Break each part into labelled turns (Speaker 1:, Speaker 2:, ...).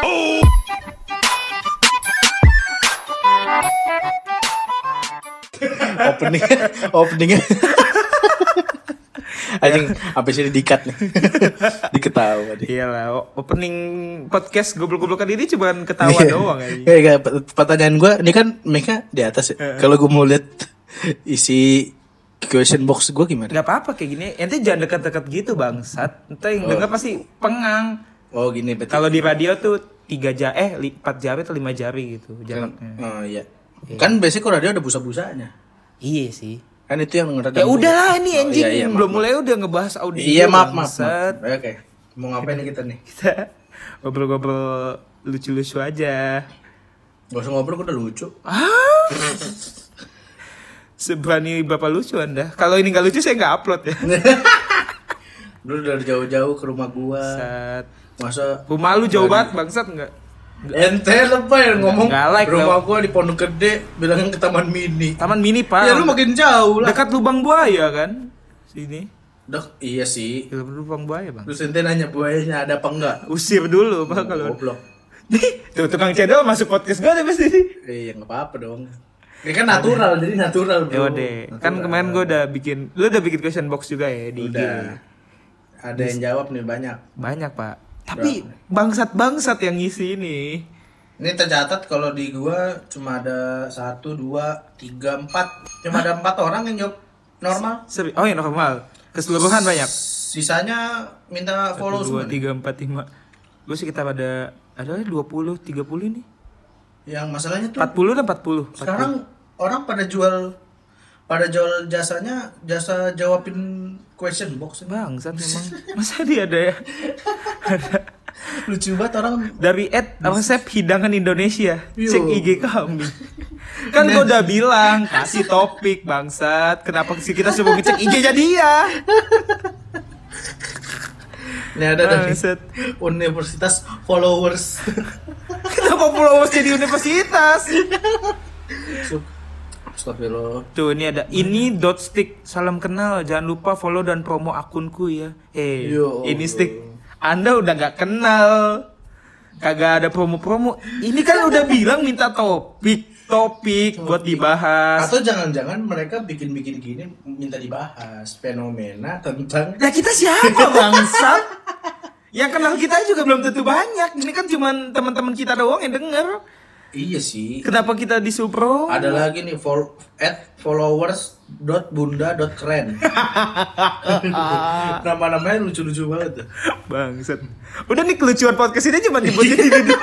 Speaker 1: Openingnya. Anjing, habis ini di-cut nih. Diketawa dia.
Speaker 2: Iyalah, opening podcast goblok-goblokan ini cuma ketawa doang aja.
Speaker 1: Kayak pertanyaan gue, ini kan mereka di atas ya. Kalau gue mau lihat isi question box gue gimana?
Speaker 2: Gak apa-apa kayak gini. Ente jangan dekat-dekat gitu bangsat. Ente yang denger pasti pengang.
Speaker 1: Oh gini berarti.
Speaker 2: Kalau di radio tuh 4 jari atau 5 jari gitu jaraknya.
Speaker 1: Oh iya. Kan biasanya kalau radio ada busa-busanya.
Speaker 2: Iya sih.
Speaker 1: Kan itu yang ngeredam.
Speaker 2: Ya udahlah ini anjing.
Speaker 1: Iya,
Speaker 2: belum mulai udah ngebahas audio.
Speaker 1: Iya maaf. Oke. Mau ngapain nih kita nih?
Speaker 2: Kita ngobrol-ngobrol lucu-lucu aja.
Speaker 1: Gak usah ngobrol, udah lucu.
Speaker 2: Seberani bapak lucu Anda. Kalau ini gak lucu saya gak upload ya.
Speaker 1: Dulu dari jauh-jauh ke rumah gua. Masa
Speaker 2: rumah lu jauh banget bangsat enggak?
Speaker 1: Ente lebay ngomong
Speaker 2: like
Speaker 1: rumah gua di Pondok Gede, bilangin ke Taman Mini.
Speaker 2: Taman Mini Pak.
Speaker 1: Ya lu makin jauh lah.
Speaker 2: Dekat Lubang Buaya kan? Sini.
Speaker 1: Iya sih.
Speaker 2: Lubang Buaya bang.
Speaker 1: Terus ente nanya buayanya ada apa enggak?
Speaker 2: Usir dulu Pak kalau.
Speaker 1: Goblok.
Speaker 2: Tuh tukang cendol masuk podcast gua deh pasti.
Speaker 1: Iya enggak apa-apa dong. Ini kan natural, jadi natural bro.
Speaker 2: Ya udah. Kan kemarin gua udah bikin question box juga ya di IG.
Speaker 1: Ada yang jawab nih banyak.
Speaker 2: Banyak Pak. Tapi bangsat yang ngisi ini.
Speaker 1: Ini tercatat kalau di gua cuma ada 1, 2, 3, 4. Cuma ada 4 orang yang jawab normal.
Speaker 2: Oh ya normal. Keseluruhan banyak.
Speaker 1: Sisanya minta follow
Speaker 2: 1, 2, 3, 4, 5. Gue sekitar ada 20, 30 nih.
Speaker 1: Yang masalahnya tuh
Speaker 2: 40 dan 40.
Speaker 1: Sekarang orang pada jual jasa jawabin question box.
Speaker 2: Bangsat memang. Masa dia ada ya?
Speaker 1: Lucu banget orang.
Speaker 2: Dari resep hidangan Indonesia. Cek IG kami. Kan gue udah bilang kasih topik bangsat. Kenapa sih kita semua ngecek IG-nya dia?
Speaker 1: Ini ada dari Universitas Followers.
Speaker 2: Kenapa followers jadi universitas?
Speaker 1: Astagfirullah.
Speaker 2: Tuh ini ada ini.stick. Salam kenal, jangan lupa follow dan promo akunku ya. Ini stick. Anda udah gak kenal. Kagak ada promo-promo. Ini kan udah bilang minta topik buat dibahas.
Speaker 1: Atau jangan-jangan mereka bikin-bikin gini minta dibahas fenomena tentang.
Speaker 2: Nah kita siapa bangsat? Yang kenal kita juga belum tentu banyak. Ini kan cuman teman-teman kita doang yang denger.
Speaker 1: Iya sih.
Speaker 2: Kenapa kita disupro?
Speaker 1: Ada lagi nih @followers.bunda.keren. Nama-namanya lucu-lucu banget tuh.
Speaker 2: Bangsat. Udah nih kelucuan podcast ini cuma nyebutin ini doang.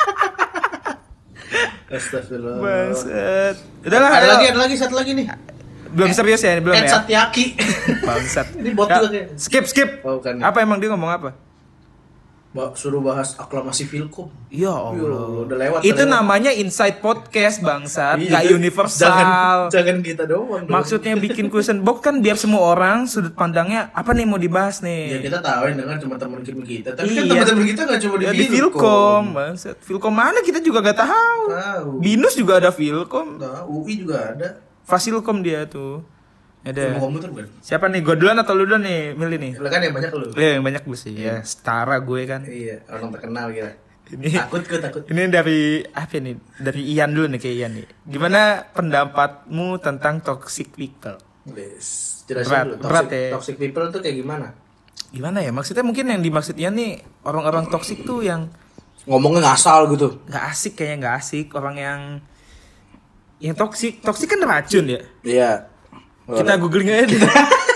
Speaker 1: Astagfirullah.
Speaker 2: Bangsat. Udahlah.
Speaker 1: Ada lagi satu lagi nih.
Speaker 2: Belum serius ya, belum ya.
Speaker 1: Satyaki.
Speaker 2: Bangsat.
Speaker 1: Ini bot juga kayaknya.
Speaker 2: Skip.
Speaker 1: Oh, bukan.
Speaker 2: Apa emang dia ngomong apa?
Speaker 1: Suruh bahas aklamasi Filkom.
Speaker 2: Ya Allah.
Speaker 1: Udah lewat.
Speaker 2: Itu namanya inside podcast bangsat,
Speaker 1: Iya,
Speaker 2: gak universal.
Speaker 1: Jangan kita doang.
Speaker 2: Maksudnya bikin question box kan biar semua orang sudut pandangnya apa nih mau dibahas nih.
Speaker 1: Ya kita tahu dengan cuma teman kita. Tapi kan teman-teman kita enggak cuma di
Speaker 2: Filkom. Bangsat. Filkom mana kita juga enggak tahu. Binus juga ada Filkom.
Speaker 1: UI juga ada.
Speaker 2: Fasilkom dia tuh. Ada.
Speaker 1: Komputer kan?
Speaker 2: Siapa nih? Gue duluan atau lu duluan nih? Milih nih.
Speaker 1: Lu kan yang banyak lu.
Speaker 2: Yang banyak gue sih. Ya, setara gue kan.
Speaker 1: Iya, orang terkenal gitu.
Speaker 2: Ini
Speaker 1: takut.
Speaker 2: Ini dari apa nih? Dari Ian dulu nih, kayak Ian nih. Gimana pendapatmu tentang toxic people?
Speaker 1: Jelasin dulu.
Speaker 2: Berat ya.
Speaker 1: Toxic people tuh kayak gimana?
Speaker 2: Gimana ya? Maksudnya mungkin yang dimaksud Ian nih orang-orang toxic tuh yang
Speaker 1: ngomongnya ngasal gitu.
Speaker 2: Nggak asik, kayaknya nggak asik. Orang yang toxic kan racun ya.
Speaker 1: Iya.
Speaker 2: Kita googling aja deh.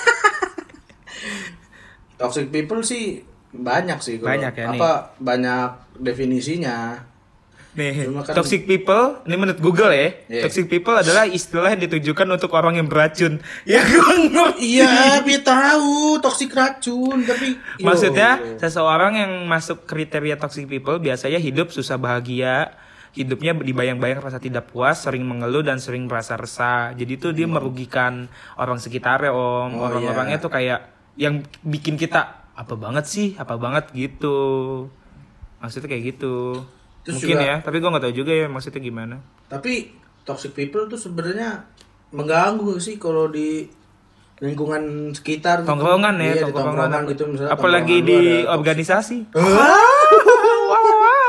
Speaker 1: Toxic people sih banyak sih.
Speaker 2: Banyak ya nih.
Speaker 1: Banyak definisinya.
Speaker 2: Nih, kan toxic people, ini menurut Google ya. Yeah. Toxic people adalah istilah yang ditujukan untuk orang yang beracun. Ya gue ngerti.
Speaker 1: Iya, dia tahu toxic racun, tapi
Speaker 2: maksudnya seseorang yang masuk kriteria toxic people biasanya hidup susah bahagia. Hidupnya dibayang-bayang rasa tidak puas, sering mengeluh dan sering merasa resah. Jadi tuh dia merugikan orang sekitarnya, Om. Orang-orangnya tuh kayak yang bikin kita apa banget gitu. Maksudnya kayak gitu. Terus mungkin juga, ya, tapi gue nggak tahu juga ya maksudnya gimana.
Speaker 1: Tapi toxic people tuh sebenarnya mengganggu sih kalau di lingkungan sekitar.
Speaker 2: Tongkrongan
Speaker 1: gitu.
Speaker 2: Tongkrongan
Speaker 1: gitu misalnya.
Speaker 2: Apalagi di organisasi.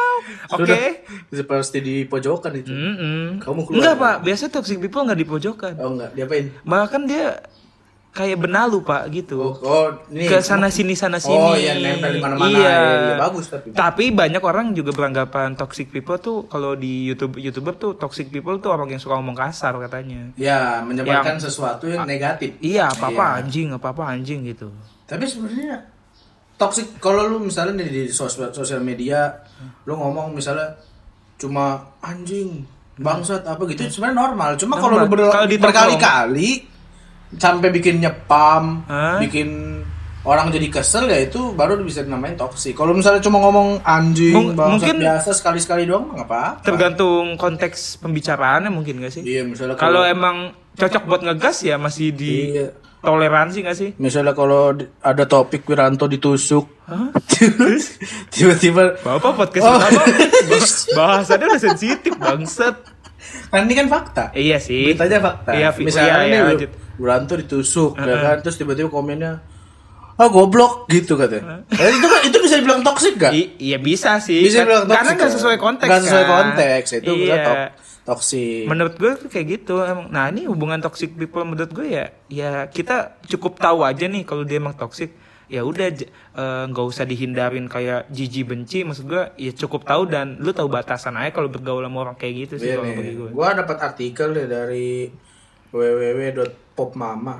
Speaker 2: Oke.
Speaker 1: Seperti di pojokan itu. Kamu keluar.
Speaker 2: Enggak Pak, biasa toxic people nggak di pojokan.
Speaker 1: Oh enggak, diapain?
Speaker 2: Bahkan dia kayak benalu Pak gitu.
Speaker 1: Ini
Speaker 2: ke sana sini.
Speaker 1: Oh iya, nempel di mana-mana.
Speaker 2: Iya.
Speaker 1: Ya, bagus tapi.
Speaker 2: Tapi banyak orang juga beranggapan toxic people tuh kalau di YouTuber tuh toxic people tuh orang yang suka ngomong kasar katanya.
Speaker 1: Ya, menyebarkan sesuatu yang negatif.
Speaker 2: Iya, apa-apa anjing gitu.
Speaker 1: Tapi sebenarnya toxic kalau lu misalnya di sosial media lu ngomong misalnya cuma anjing, bangsat apa gitu sebenarnya normal. Cuma kalau lu berkali-kali sampai bikin nyepam, bikin orang jadi kesel ya itu baru bisa dinamain toksik. Kalau misalnya cuma ngomong anjing, bangsat biasa sekali-sekali doang nggak apa-apa.
Speaker 2: Tergantung konteks pembicaraannya mungkin nggak sih?
Speaker 1: Iya, misalnya
Speaker 2: kalau emang cocok buat ngegas ya masih di toleransi nggak sih?
Speaker 1: Misalnya kalau ada topik Wiranto ditusuk, tiba-tiba
Speaker 2: Bapak podcast bahasannya udah sensitif bangsat.
Speaker 1: Kan ini kan fakta.
Speaker 2: Iya sih.
Speaker 1: Beritanya fakta.
Speaker 2: Iya,
Speaker 1: misalnya Wiranto ditusuk, ya kan, terus tiba-tiba komennya, goblok gitu katanya. Itu bisa dibilang toksik gak?
Speaker 2: Iya bisa sih.
Speaker 1: Bisa dibilang toksik.
Speaker 2: Karena nggak sesuai konteks.
Speaker 1: Nggak sesuai konteks, itu bisa toksik.
Speaker 2: Menurut gue kayak gitu emang. Nah ini hubungan toxic people menurut gue ya kita cukup tahu aja nih kalau dia emang toxic. Ya udah nggak usah dihindarin kayak jijik benci. Maksud gue ya cukup tahu dan lu tahu batasan aja kalau bergaul sama orang kayak gitu sih kalau bagi gue.
Speaker 1: Gue dapat artikel deh dari www.popmama.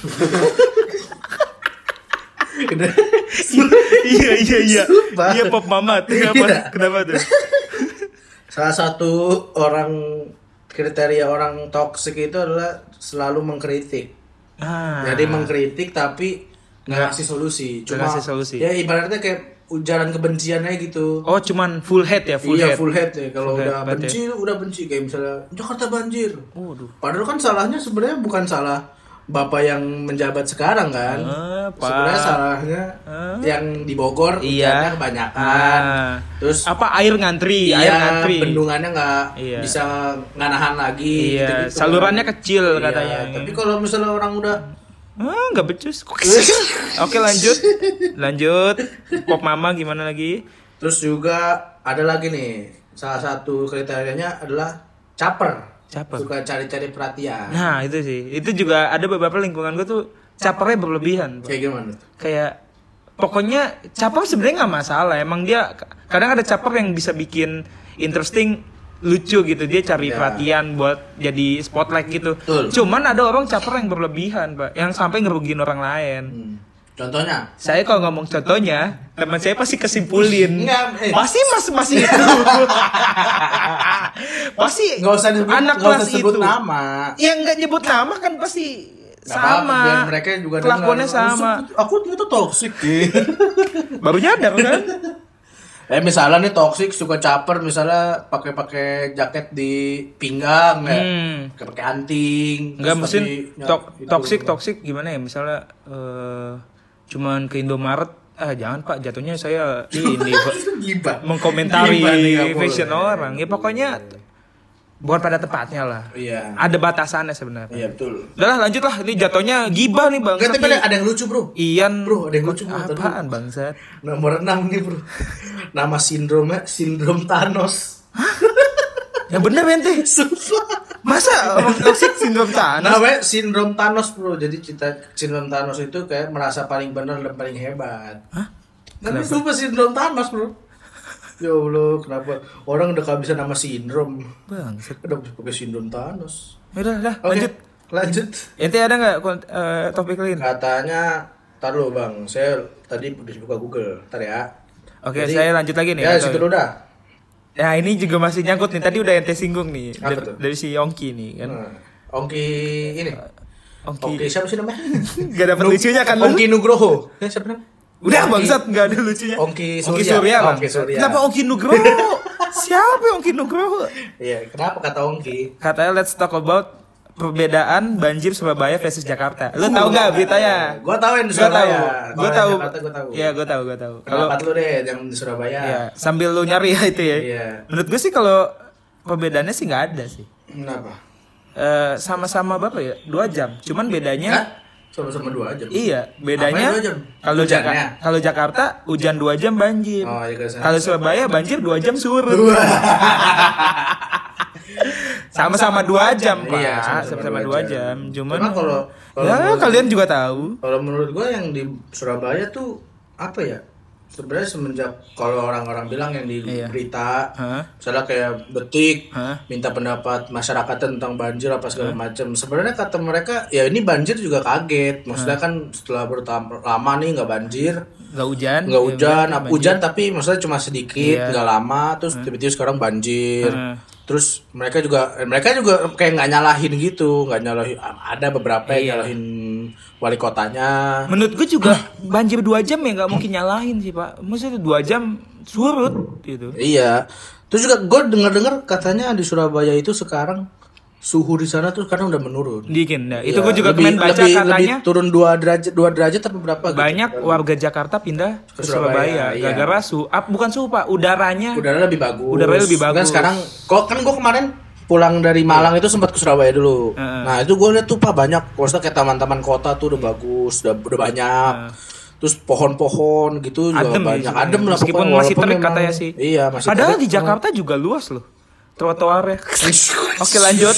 Speaker 2: Iya. Iya pop mama. Kenapa tuh?
Speaker 1: Salah satu kriteria orang toksik itu adalah selalu mengkritik. Jadi mengkritik tapi nggak ngasih solusi. Cuma ya ibaratnya kayak ujaran kebenciannya gitu.
Speaker 2: Oh, cuman full head ya,
Speaker 1: full head ya. Kalau udah benci kayak misalnya Jakarta banjir. Padahal kan salahnya sebenarnya bukan salah Bapak yang menjabat sekarang kan. Sebenarnya salahnya yang di Bogor hujannya kebanyakan. Terus
Speaker 2: apa air ngantri.
Speaker 1: Bendungannya nggak bisa nahan lagi.
Speaker 2: Iya, gitu, salurannya kecil katanya.
Speaker 1: Tapi kalau misalnya orang udah
Speaker 2: nggak becus. Oke, lanjut. Pop mama gimana lagi?
Speaker 1: Terus juga ada lagi nih, salah satu kriterianya adalah caper. Suka cari-cari perhatian.
Speaker 2: Nah itu sih, itu juga ada beberapa lingkungan gue tuh capernya berlebihan.
Speaker 1: Kayak gimana tuh?
Speaker 2: Kayak pokoknya caper sebenarnya nggak masalah. Emang dia kadang ada caper yang bisa bikin interesting, lucu gitu, dia cari perhatian buat jadi spotlight gitu. Cuman ada orang caper yang berlebihan Pak, yang sampai ngerugiin orang lain.
Speaker 1: Contohnya?
Speaker 2: Saya kalau ngomong contohnya, teman saya pasti kesimpulin. Pasti masih itu. Pasti
Speaker 1: nggak usah disebut,
Speaker 2: anak kelas
Speaker 1: sebut
Speaker 2: itu.
Speaker 1: Nama.
Speaker 2: Yang nggak nyebut nama kan pasti sama.
Speaker 1: Biar mereka juga
Speaker 2: kelakuannya sama.
Speaker 1: Aku itu toksik gitu.
Speaker 2: Baru nyadar kan?
Speaker 1: Misalnya nih toksik suka caper, misalnya pakai jaket di pinggang pakai anting.
Speaker 2: Enggak mesti toksik gimana ya? Misalnya cuman ke Indomaret, jangan Pak, jatuhnya saya ini mengkomentari fashion orang. Ya pokoknya bukan pada tempatnya lah.
Speaker 1: Iya.
Speaker 2: Ada batasannya sebenarnya.
Speaker 1: Iya betul.
Speaker 2: Udah lanjut lah, ini jatuhnya gibah nih Bang.
Speaker 1: Tapi ada yang lucu bro.
Speaker 2: Ian
Speaker 1: bro, ada yang lucu bro.
Speaker 2: Apaan bangsat?
Speaker 1: Nomor 6 nih bro. Nama sindrom Thanos.
Speaker 2: Yang bener ente. Masa orang toksik sindrom Thanos?
Speaker 1: Namanya sindrom Thanos bro. Jadi sindrom Thanos itu kayak merasa paling benar dan paling hebat. Tapi sumpah sindrom Thanos bro. Ya Allah, kenapa orang udah kehabisan nama sindrom?
Speaker 2: Bangsat.
Speaker 1: Udah pakai sindrom Thanos.
Speaker 2: Udah, lanjut. Ente ada nggak topik lain?
Speaker 1: Katanya, tar dulu bang, saya tadi udah buka Google, tar ya.
Speaker 2: Oke, saya lanjut lagi nih.
Speaker 1: Ya, situ udah.
Speaker 2: Nah, ini juga masih nyangkut nih. Tadi udah ente singgung nih. Dari si Ongki nih kan.
Speaker 1: Ongki ini. Ongki siapa sih namanya?
Speaker 2: Gak dapet lucunya kan lu?
Speaker 1: Ongki Nugroho. Siapa namanya?
Speaker 2: Udah bangsat, gak ada lucunya.
Speaker 1: Ongki Surya.
Speaker 2: Kenapa Ongki Nugroho? Siapa Ongki Nugroho?
Speaker 1: Iya, kenapa kata Ongki?
Speaker 2: Katanya let's talk about perbedaan banjir Surabaya versus Jakarta. Lu tahu nggak beritanya?
Speaker 1: Gua tahu yang di Surabaya.
Speaker 2: Gua tahu.
Speaker 1: Iya,
Speaker 2: gua tahu.
Speaker 1: Kalau lu deh yang di Surabaya.
Speaker 2: Iya, sambil lu nyari ya itu ya.
Speaker 1: Iya.
Speaker 2: Menurut gue sih kalau perbedaannya sih nggak ada sih.
Speaker 1: Kenapa?
Speaker 2: Sama-sama berapa ya? 2 jam. Cuman bedanya
Speaker 1: Sama-sama 2 jam.
Speaker 2: Iya, bedanya kalau Jakarta hujan 2 jam banjir.
Speaker 1: Oh, iya,
Speaker 2: kalau Surabaya banjir 2 jam surut. Sama-sama 2 jam, Pak.
Speaker 1: Iya,
Speaker 2: sama-sama 2 jam. Cuman
Speaker 1: kalau
Speaker 2: kalian juga tahu.
Speaker 1: Kalau menurut gua yang di Surabaya tuh apa ya? Sebenarnya semenjak kalau orang-orang bilang yang di berita, misalnya kayak Detik minta pendapat masyarakat tentang banjir apa segala macam. Sebenarnya kata mereka ya ini banjir juga kaget. Maksudnya kan setelah lama nih nggak banjir, nggak hujan tapi maksudnya cuma sedikit, nggak lama, terus tiba-tiba sekarang banjir. Terus mereka juga kayak nggak nyalahin gitu, ada beberapa yang nyalahin wali kotanya.
Speaker 2: Menurut gue juga banjir 2 jam ya nggak mungkin nyalahin sih Pak. Maksudnya 2 jam surut gitu.
Speaker 1: Iya. Terus juga gue dengar katanya di Surabaya itu sekarang suhu di sana tuh sekarang udah menurun.
Speaker 2: Dikit, nah. Itu gue juga kemarin baca katanya
Speaker 1: lebih turun 2 derajat atau berapa gitu.
Speaker 2: Banyak warga Jakarta pindah ke Surabaya gara-gara bukan suhu Pak, udaranya
Speaker 1: lebih bagus. Kan sekarang kan gue kemarin pulang dari Malang itu sempat ke Surabaya dulu. Nah, itu gue lihat tuh Pak banyak, maksudnya kayak taman-taman kota tuh udah bagus, udah banyak. Terus pohon-pohon gitu juga banyak. Adem lah
Speaker 2: meskipun masih terik katanya sih.
Speaker 1: Iya, masih
Speaker 2: padahal di Jakarta juga luas loh. Trotoarnya. Oke, lanjut.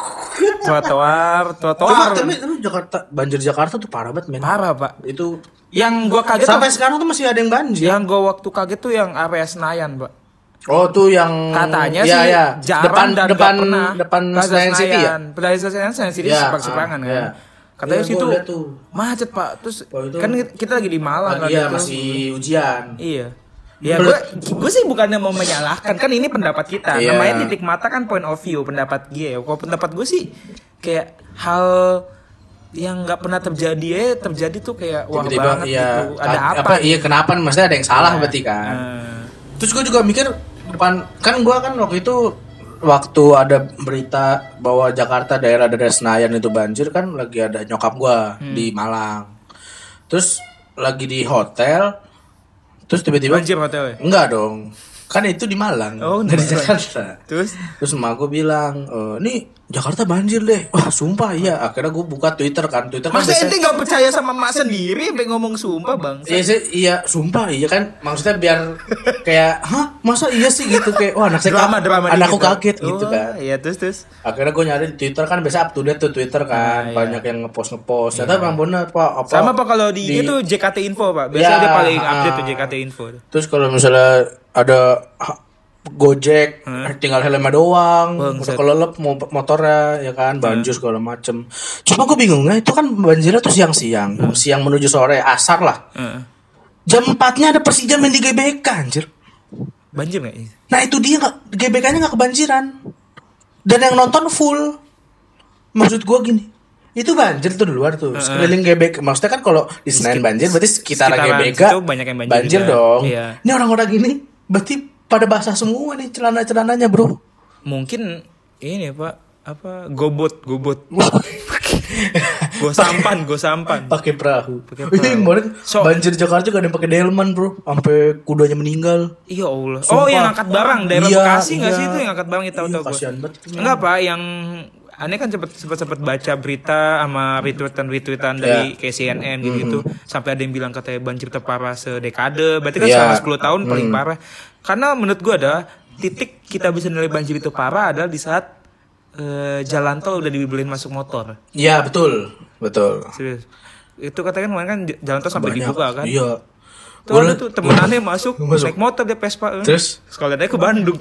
Speaker 2: Trotoar.
Speaker 1: Tapi banjir Jakarta tuh parah banget, men.
Speaker 2: Parah, Pak.
Speaker 1: Itu
Speaker 2: yang gua kaget
Speaker 1: sampai sekarang tuh masih ada yang banjir.
Speaker 2: Yang gua waktu kaget tuh yang area Senayan, Pak.
Speaker 1: Oh, tuh yang
Speaker 2: katanya sih jarang depan
Speaker 1: Senayan City ya.
Speaker 2: Senayan City seperang-seperangan kan. Katanya situ macet, Pak. Terus kan kita lagi di Malang kan.
Speaker 1: Iya, masih ujian.
Speaker 2: Iya. Ya gue sih bukannya mau menyalahkan, kan ini pendapat kita. Namanya titik mata kan point of view, pendapat gue. Kalau pendapat gue sih kayak hal yang nggak pernah terjadi tuh kayak wah banget gitu. Ada apa?
Speaker 1: Iya, kenapa? Maksudnya ada yang salah berarti kan. Terus gue juga mikir kan gue kan waktu ada berita bahwa Jakarta daerah Senayan itu banjir kan lagi ada nyokap gue di Malang. Terus lagi di hotel. Terus tiba-tiba
Speaker 2: banjir hotel ya?
Speaker 1: Enggak dong. Kan itu di Malang. Dari Jakarta. Terus emak gue bilang, "Ini Jakarta banjir deh." Wah, sumpah iya. Akhirnya gue buka Twitter kan.
Speaker 2: Masa ente enggak percaya sama emak sendiri sampai ngomong sumpah, Bang?
Speaker 1: Iya, sumpah iya kan. Maksudnya biar kayak, "Hah? Masa iya sih?" gitu kayak, "Wah, anakku kaget." gitu kan.
Speaker 2: Iya, terus.
Speaker 1: Akhirnya gue nyari di Twitter kan biasa up to date tuh Twitter kan. Banyak yang ngepost. Ternyata memang benar, Pak.
Speaker 2: Sama Pak kalau di IG tuh JKT Info, Pak. Biasanya dia paling update tuh JKT Info.
Speaker 1: Terus kalau misalnya ada Gojek tinggal helmnya doang, udah kelelep motornya ya kan, banjir segala macem. Cuma gue bingungnya itu kan banjirnya tuh siang menuju sore, asar lah. Jam 4-nya ada Persija main di GBK anjir.
Speaker 2: Banjir nggak?
Speaker 1: Nah itu dia GBK-nya nggak kebanjiran dan yang nonton full. Maksud gue gini, itu banjir tuh di luar tuh sekeliling GBK. Maksudnya kan kalau di Senayan banjir berarti sekitaran GBK
Speaker 2: banyak yang
Speaker 1: banjir dong.
Speaker 2: Iya.
Speaker 1: Ini orang-orang gini berarti pada basah semua nih celana-celananya, Bro.
Speaker 2: Mungkin ini Pak, gobot. Go sampan.
Speaker 1: Pakai perahu. Kemarin banjir Jakarta juga ada yang pakai delman, Bro. Sampai kudanya meninggal.
Speaker 2: Iya Allah. Sumpah. Oh, yang angkat barang daerah Bekasi enggak sih itu yang angkat barang itu tahu-tahu.
Speaker 1: Kasihan banget.
Speaker 2: Enggak, Pak, yang aneh kan sempat baca berita sama retweetan dari kayak CNN gitu sampai ada yang bilang katanya banjir terparah sedekade. Berarti kan selama 10 tahun paling parah. Karena menurut gua ada titik kita bisa nilai banjir itu parah adalah di saat jalan tol udah dibolehin masuk motor.
Speaker 1: Iya, betul.
Speaker 2: Serius. Itu katanya kemarin kan jalan tol sampai dibuka kan.
Speaker 1: Iya.
Speaker 2: Tuh temenannya masuk naik motor dia Vespa.
Speaker 1: Terus
Speaker 2: sekalian aja ke Bandung.